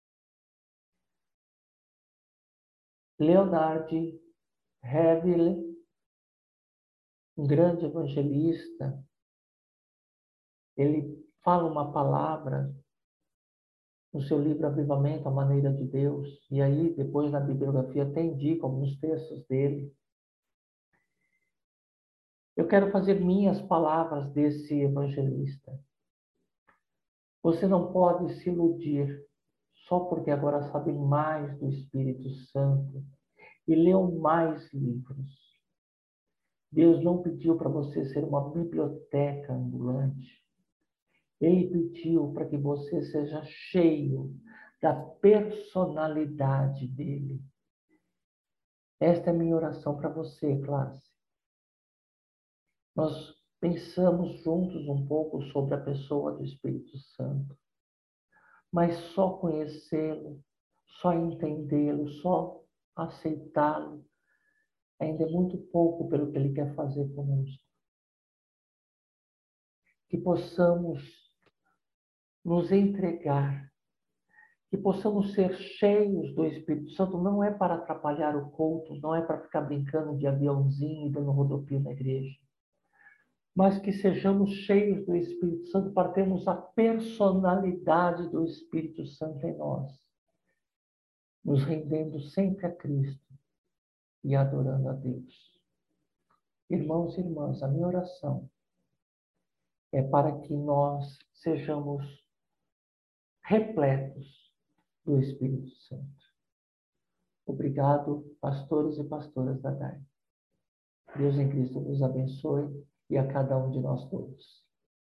Leonard Ravenhill, um grande evangelista, ele fala uma palavra no seu livro Avivamento, a Maneira de Deus, e aí depois na bibliografia até indica alguns textos dele. Eu quero fazer minhas palavras desse evangelista. Você não pode se iludir só porque agora sabe mais do Espírito Santo e leu mais livros. Deus não pediu para você ser uma biblioteca ambulante. Ele pediu para que você seja cheio da personalidade dele. Esta é a minha oração para você, classe. Nós pensamos juntos um pouco sobre a pessoa do Espírito Santo, mas só conhecê-lo, só entendê-lo, só aceitá-lo, ainda é muito pouco pelo que ele quer fazer conosco. Que possamos nos entregar, que possamos ser cheios do Espírito Santo, não é para atrapalhar o culto, não é para ficar brincando de aviãozinho e dando rodopio na igreja, mas que sejamos cheios do Espírito Santo para termos a personalidade do Espírito Santo em nós, nos rendendo sempre a Cristo e adorando a Deus. Irmãos e irmãs, a minha oração é para que nós sejamos repletos do Espírito Santo. Obrigado, pastores e pastoras da D A I. Deus em Cristo nos abençoe e a cada um de nós todos.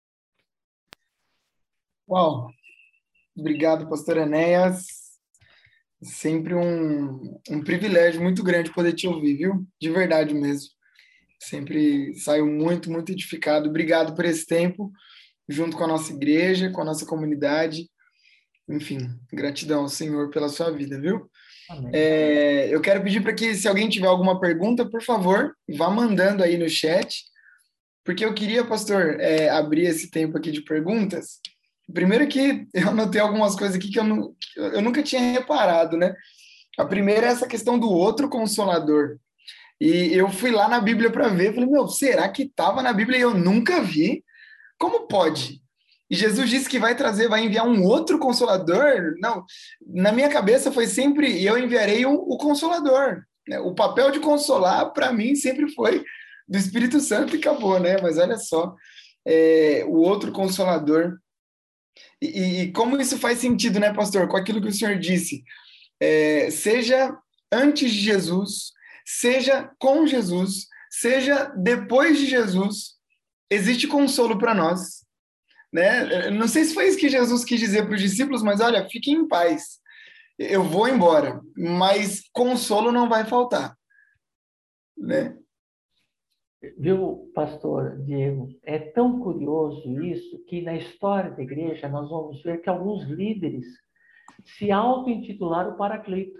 Uau! Obrigado, pastor Enéas. Sempre um, um privilégio muito grande poder te ouvir, viu? De verdade mesmo. Sempre saio muito, muito edificado. Obrigado por esse tempo, junto com a nossa igreja, com a nossa comunidade. Enfim, gratidão ao Senhor pela sua vida, viu? Amém. É, eu quero pedir para que, se alguém tiver alguma pergunta, por favor, vá mandando aí no chat, porque eu queria, pastor, é, abrir esse tempo aqui de perguntas. Primeiro que eu anotei algumas coisas aqui que eu, não, que eu nunca tinha reparado, né? A primeira é essa questão do outro consolador. E eu fui lá na Bíblia para ver, falei, meu, será que estava na Bíblia e eu nunca vi? Como pode? E Jesus disse que vai trazer, vai enviar um outro consolador. Não, na minha cabeça foi sempre, eu enviarei o, o consolador. Né? O papel de consolar, para mim, sempre foi do Espírito Santo e acabou, né? Mas olha só, é, o outro consolador. E, e como isso faz sentido, né, pastor? Com aquilo que o senhor disse. É, seja antes de Jesus, seja com Jesus, seja depois de Jesus, existe consolo para nós. Né? Não sei se foi isso que Jesus quis dizer para os discípulos, mas olha, fiquem em paz. Eu vou embora, mas consolo não vai faltar. Né? Viu, pastor Diego? É tão curioso isso que na história da igreja nós vamos ver que alguns líderes se auto-intitularam Paracleto.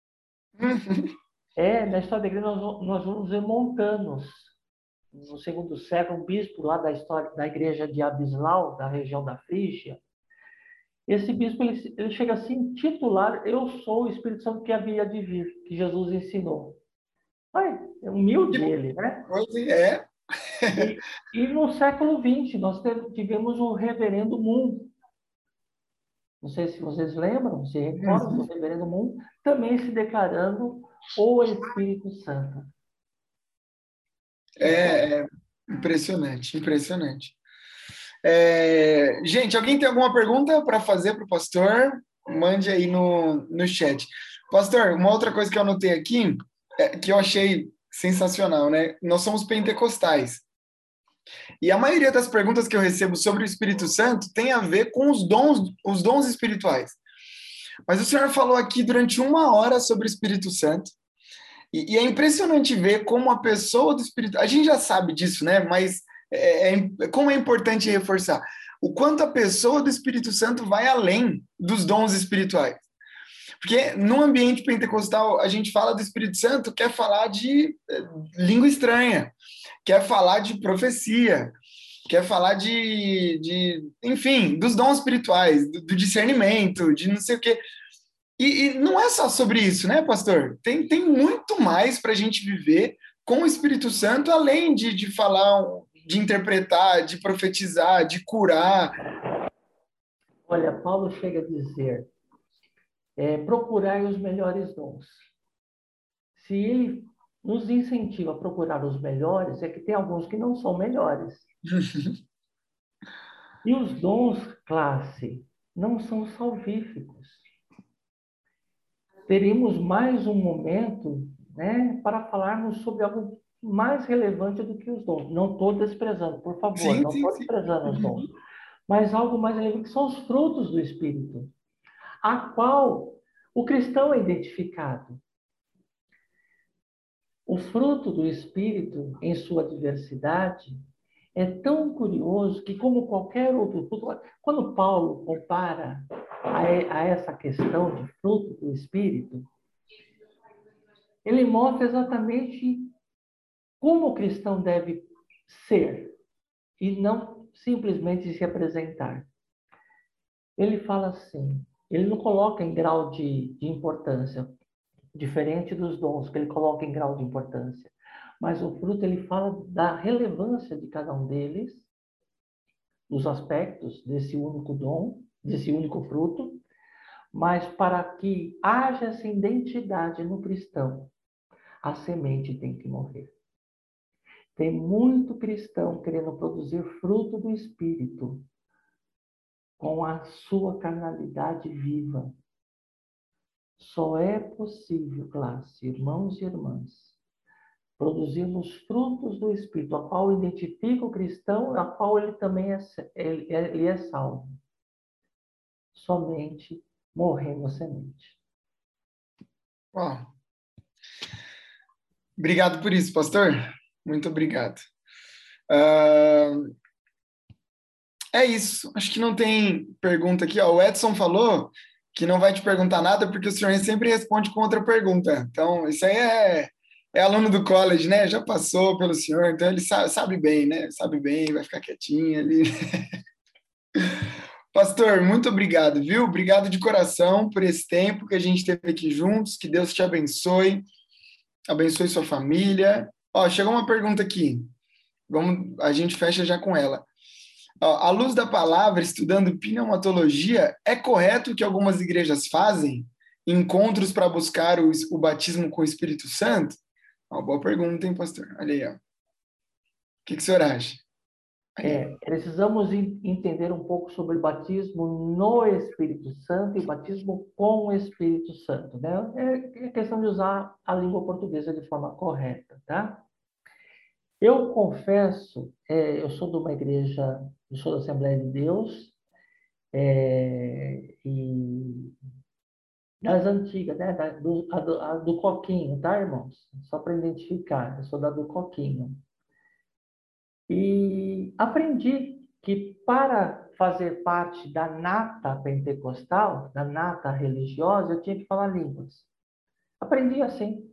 É, na história da igreja nós, nós vamos ver Montanos, no segundo século, um bispo lá da história da igreja de Abislau, da região da Frígia. Esse bispo ele, ele chega a se intitular: eu sou o Espírito Santo que havia de vir, que Jesus ensinou. Ai, é humilde ele, né? É. E, e no século vinte, nós tivemos o reverendo Moon. Não sei se vocês lembram, se recordam do reverendo Moon, também se declarando o Espírito Santo. É, é impressionante, impressionante. É, gente, alguém tem alguma pergunta para fazer para o pastor? Mande aí no, no chat. Pastor, uma outra coisa que eu anotei aqui, é, que eu achei sensacional, né? Nós somos pentecostais. E a maioria das perguntas que eu recebo sobre o Espírito Santo tem a ver com os dons, os dons espirituais. Mas o senhor falou aqui durante uma hora sobre o Espírito Santo. E, e é impressionante ver como a pessoa do Espírito... A gente já sabe disso, né? Mas é, é, como é importante reforçar o quanto a pessoa do Espírito Santo vai além dos dons espirituais. Porque no ambiente pentecostal, a gente fala do Espírito Santo, quer falar de língua estranha, quer falar de profecia, quer falar de, de enfim, dos dons espirituais, do, do discernimento, de não sei o quê. E, e não é só sobre isso, né, pastor? Tem, tem muito mais para a gente viver com o Espírito Santo, além de, de falar, de interpretar, de profetizar, de curar. Olha, Paulo chega a dizer, é, procurai os melhores dons. Se ele nos incentiva a procurar os melhores, é que tem alguns que não são melhores. E os dons, classe, não são salvíficos. Teremos mais um momento, né, para falarmos sobre algo mais relevante do que os dons. Não estou desprezando, por favor, Sim, não sim, estou sim. desprezando os dons. Mas algo mais relevante que são os frutos do Espírito, a qual o cristão é identificado. O fruto do Espírito, em sua diversidade, é tão curioso que, como qualquer outro fruto, quando Paulo compara a essa questão de fruto do Espírito, ele mostra exatamente como o cristão deve ser e não simplesmente se apresentar. Ele fala assim, ele não coloca em grau de, de importância, diferente dos dons que ele coloca em grau de importância. Mas o fruto, ele fala da relevância de cada um deles, dos aspectos desse único dom, desse único fruto, mas para que haja essa identidade no cristão, a semente tem que morrer. Tem muito cristão querendo produzir fruto do Espírito com a sua carnalidade viva. Só é possível, classe, irmãos e irmãs, produzirmos frutos do Espírito, a qual identifica o cristão, a qual ele também é, ele, ele é salvo. Somente morrendo a semente. Oh. Obrigado por isso, pastor. Muito obrigado. Uh, é isso. Acho que não tem pergunta aqui. Ó, o Edson falou que não vai te perguntar nada porque o senhor sempre responde com outra pergunta. Então, isso aí é, é aluno do college, né? Já passou pelo senhor, então ele sabe, sabe bem, né? Sabe bem, vai ficar quietinho ali. Pastor, muito obrigado, viu? Obrigado de coração por esse tempo que a gente teve aqui juntos. Que Deus te abençoe. Abençoe sua família. Ó, chegou uma pergunta aqui. Vamos, a gente fecha já com ela. Ó, à luz da palavra, estudando pneumatologia, é correto o que algumas igrejas fazem? Encontros para buscar o, o batismo com o Espírito Santo? Ó, boa pergunta, hein, pastor? Olha aí, ó. O que, que o senhor acha? É, precisamos in- entender um pouco sobre o batismo no Espírito Santo e o batismo com o Espírito Santo, né? É, é questão de usar a língua portuguesa de forma correta, tá? Eu confesso, é, eu sou de uma igreja, eu sou da Assembleia de Deus, é, e das antigas, né? Da, do, a do, a do Coquinho, tá, irmãos? Só para identificar, eu sou da do Coquinho. E aprendi que para fazer parte da nata pentecostal, da nata religiosa, eu tinha que falar línguas. Aprendi assim.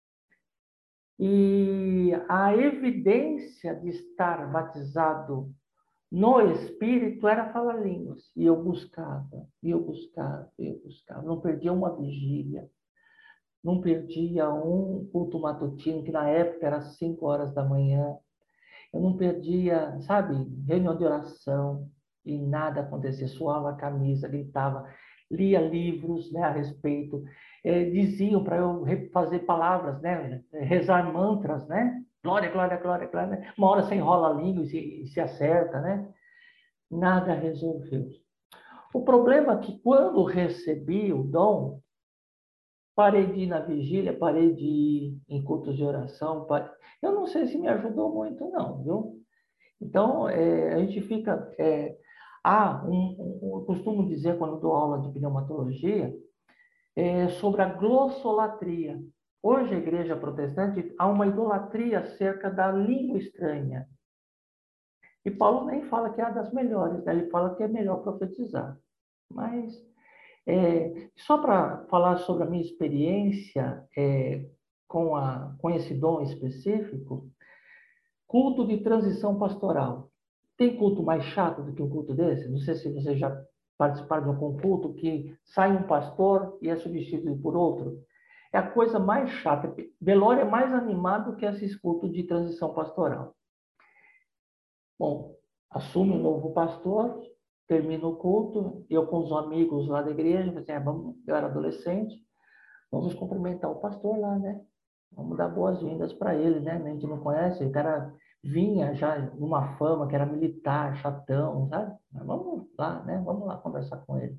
E a evidência de estar batizado no Espírito era falar línguas. E eu buscava, e eu buscava, e eu buscava. Não perdia uma vigília, não perdia um culto matutino, que na época era cinco horas da manhã. Eu não perdia, sabe, reunião de oração e nada acontecia. Suava a camisa, gritava, lia livros, né, a respeito. Eh, diziam para eu fazer palavras, né, rezar mantras, né? Glória, glória, glória, glória. Né? Uma hora você enrola a língua e se, e se acerta, né? Nada resolveu. O problema é que quando recebi o dom, parei de ir na vigília, parei de ir em cultos de oração. Parei... Eu não sei se me ajudou muito, não, viu? Então, é, a gente fica... É, há um, um, eu costumo dizer, quando dou aula de pneumatologia, é, sobre a glossolatria. Hoje, a igreja protestante, há uma idolatria acerca da língua estranha. E Paulo nem fala que é uma das melhores, né? Ele fala que é melhor profetizar. Mas, é, só para falar sobre a minha experiência é, com, a, com esse dom específico, culto de transição pastoral. Tem culto mais chato do que um culto desse? Não sei se você já participaram de um culto que sai um pastor e é substituído por outro. É a coisa mais chata. Velório é mais animado que esses cultos de transição pastoral. Bom, assume um novo pastor, termina o culto, eu com os amigos lá da igreja, assim, ah, vamos, eu era adolescente, vamos cumprimentar o pastor lá, né? Vamos dar boas-vindas para ele, né? A gente não conhece, o cara vinha já numa fama que era militar, chatão, sabe? Mas vamos lá, né? Vamos lá conversar com ele.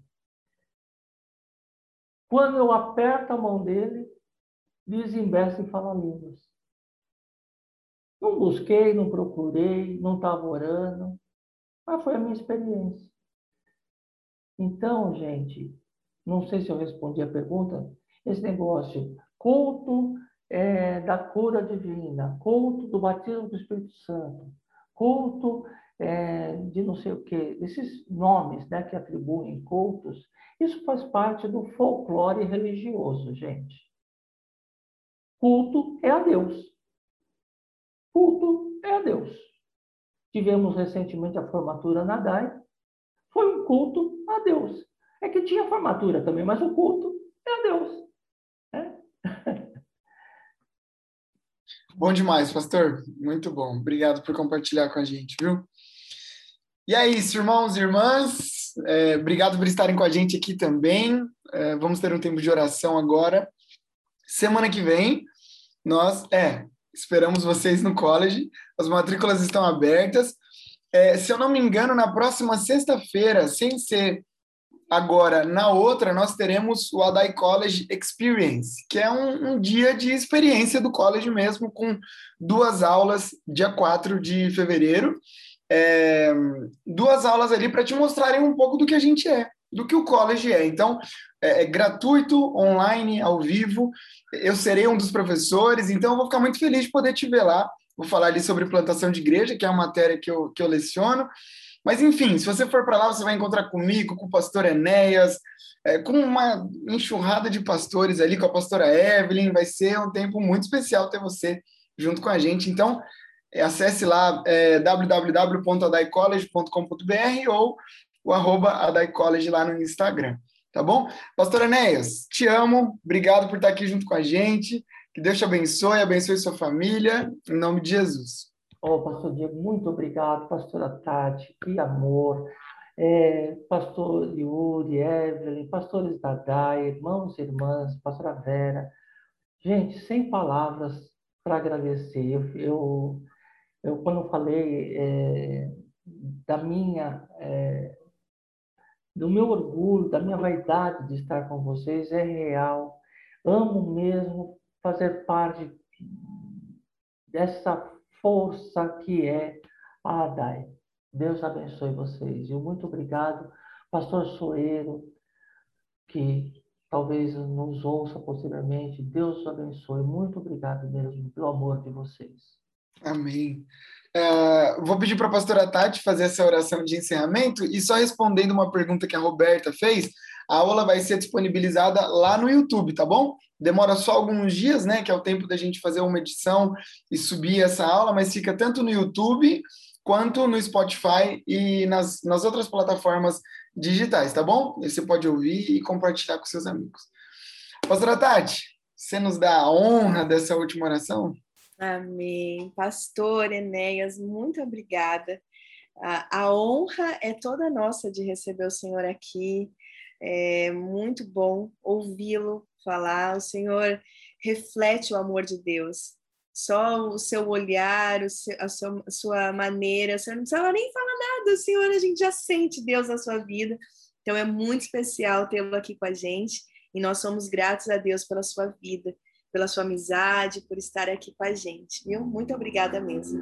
Quando eu aperto a mão dele, desinveste em falar línguas. Não busquei, não procurei, não estava orando, mas foi a minha experiência. Então, gente, não sei se eu respondi a pergunta, esse negócio, culto é, da cura divina, culto do batismo do Espírito Santo, culto é, de não sei o quê, esses nomes, né, que atribuem cultos, isso faz parte do folclore religioso, gente. Culto é a Deus. Culto é a Deus. Tivemos recentemente a formatura na D A I, foi um culto a Deus. É que tinha formatura também, mas o culto é a Deus. Né? Bom demais, pastor. Muito bom. Obrigado por compartilhar com a gente, viu? E é isso, irmãos e irmãs. É, obrigado por estarem com a gente aqui também. É, vamos ter um tempo de oração agora. Semana que vem, nós, é, esperamos vocês no college. As matrículas estão abertas. É, se eu não me engano, na próxima sexta-feira, sem ser agora, na outra, nós teremos o Adai College Experience, que é um, um dia de experiência do college mesmo, com duas aulas, dia quatro de fevereiro. É, duas aulas ali para te mostrarem um pouco do que a gente é, do que o college é. Então, é, é gratuito, online, ao vivo. Eu serei um dos professores, então eu vou ficar muito feliz de poder te ver lá. Vou falar ali sobre plantação de igreja, que é uma matéria que eu, que eu leciono. Mas, enfim, se você for para lá, você vai encontrar comigo, com o pastor Enéas, é, com uma enxurrada de pastores ali, com a pastora Evelyn. Vai ser um tempo muito especial ter você junto com a gente. Então, acesse lá é, w w w ponto adai college ponto com ponto b r ou o arroba adaicollege lá no Instagram, tá bom? Pastor Enéas, te amo, obrigado por estar aqui junto com a gente, que Deus te abençoe, abençoe sua família, em nome de Jesus. Oh, pastor Diego, muito obrigado. Pastora Tati, que amor. É, pastor Yuri, Evelyn, pastores Dadai, irmãos e irmãs, pastora Vera. Gente, sem palavras para agradecer. Eu, eu, eu, quando eu falei é, da minha, é, do meu orgulho, da minha vaidade de estar com vocês, é real. Amo mesmo fazer parte dessa força que é a ADAI. Deus abençoe vocês. E muito obrigado, pastor Soeiro, que talvez nos ouça posteriormente. Deus os abençoe. Muito obrigado mesmo pelo amor de vocês. Amém. Uh, vou pedir para a pastora Tati fazer essa oração de encerramento e só respondendo uma pergunta que a Roberta fez, a aula vai ser disponibilizada lá no YouTube, tá bom? Demora só alguns dias, né, que é o tempo da gente fazer uma edição e subir essa aula, mas fica tanto no YouTube quanto no Spotify e nas, nas outras plataformas digitais, tá bom? Você pode ouvir e compartilhar com seus amigos. Pastora Tati, você nos dá a honra dessa última oração? Amém. Pastor Enéas, muito obrigada. A, a honra é toda nossa de receber o Senhor aqui. É muito bom ouvi-lo falar. O Senhor reflete o amor de Deus. Só o seu olhar, o seu, a, sua, a sua maneira, o Senhor não precisava nem falar nada. O Senhor, a gente já sente Deus na sua vida. Então é muito especial tê-lo aqui com a gente. E nós somos gratos a Deus pela sua vida, pela sua amizade, por estar aqui com a gente, viu? Muito obrigada mesmo.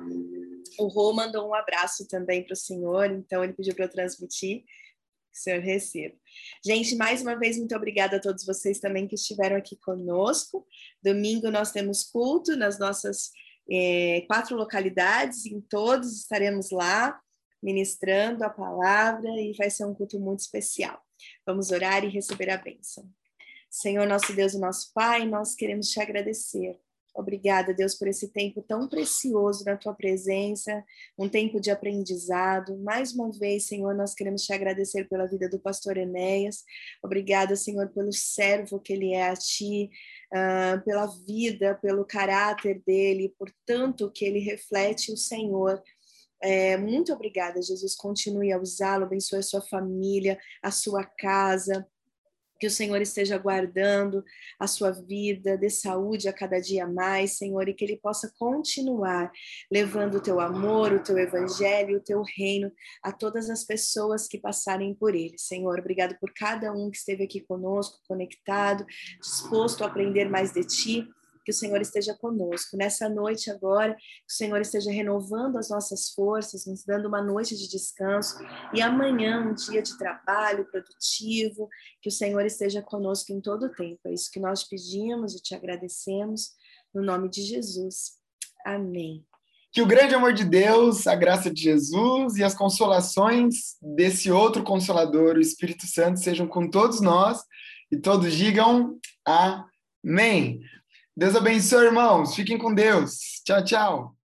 O Rô mandou um abraço também para o senhor, então ele pediu para eu transmitir, que o senhor receba. Gente, mais uma vez, muito obrigada a todos vocês também que estiveram aqui conosco. Domingo nós temos culto nas nossas eh, quatro localidades, em todos estaremos lá, ministrando a palavra, e vai ser um culto muito especial. Vamos orar e receber a bênção. Senhor, nosso Deus e nosso Pai, nós queremos te agradecer. Obrigada, Deus, por esse tempo tão precioso na tua presença, um tempo de aprendizado. Mais uma vez, Senhor, nós queremos te agradecer pela vida do pastor Enéas. Obrigada, Senhor, pelo servo que ele é a ti, uh, pela vida, pelo caráter dele, por tanto que ele reflete o Senhor. É, muito obrigada, Jesus. Continue a usá-lo, abençoe a sua família, a sua casa. Que o Senhor esteja guardando a sua vida, dê saúde a cada dia mais, Senhor, e que Ele possa continuar levando o teu amor, o teu evangelho, o teu reino a todas as pessoas que passarem por ele. Senhor, obrigado por cada um que esteve aqui conosco, conectado, disposto a aprender mais de ti. Que o Senhor esteja conosco. Nessa noite agora, que o Senhor esteja renovando as nossas forças, nos dando uma noite de descanso, e amanhã um dia de trabalho produtivo, que o Senhor esteja conosco em todo o tempo. É isso que nós pedimos e te agradecemos, no nome de Jesus. Amém. Que o grande amor de Deus, a graça de Jesus e as consolações desse outro Consolador, o Espírito Santo, sejam com todos nós, e todos digam amém. Deus abençoe, irmãos. Fiquem com Deus. Tchau, tchau.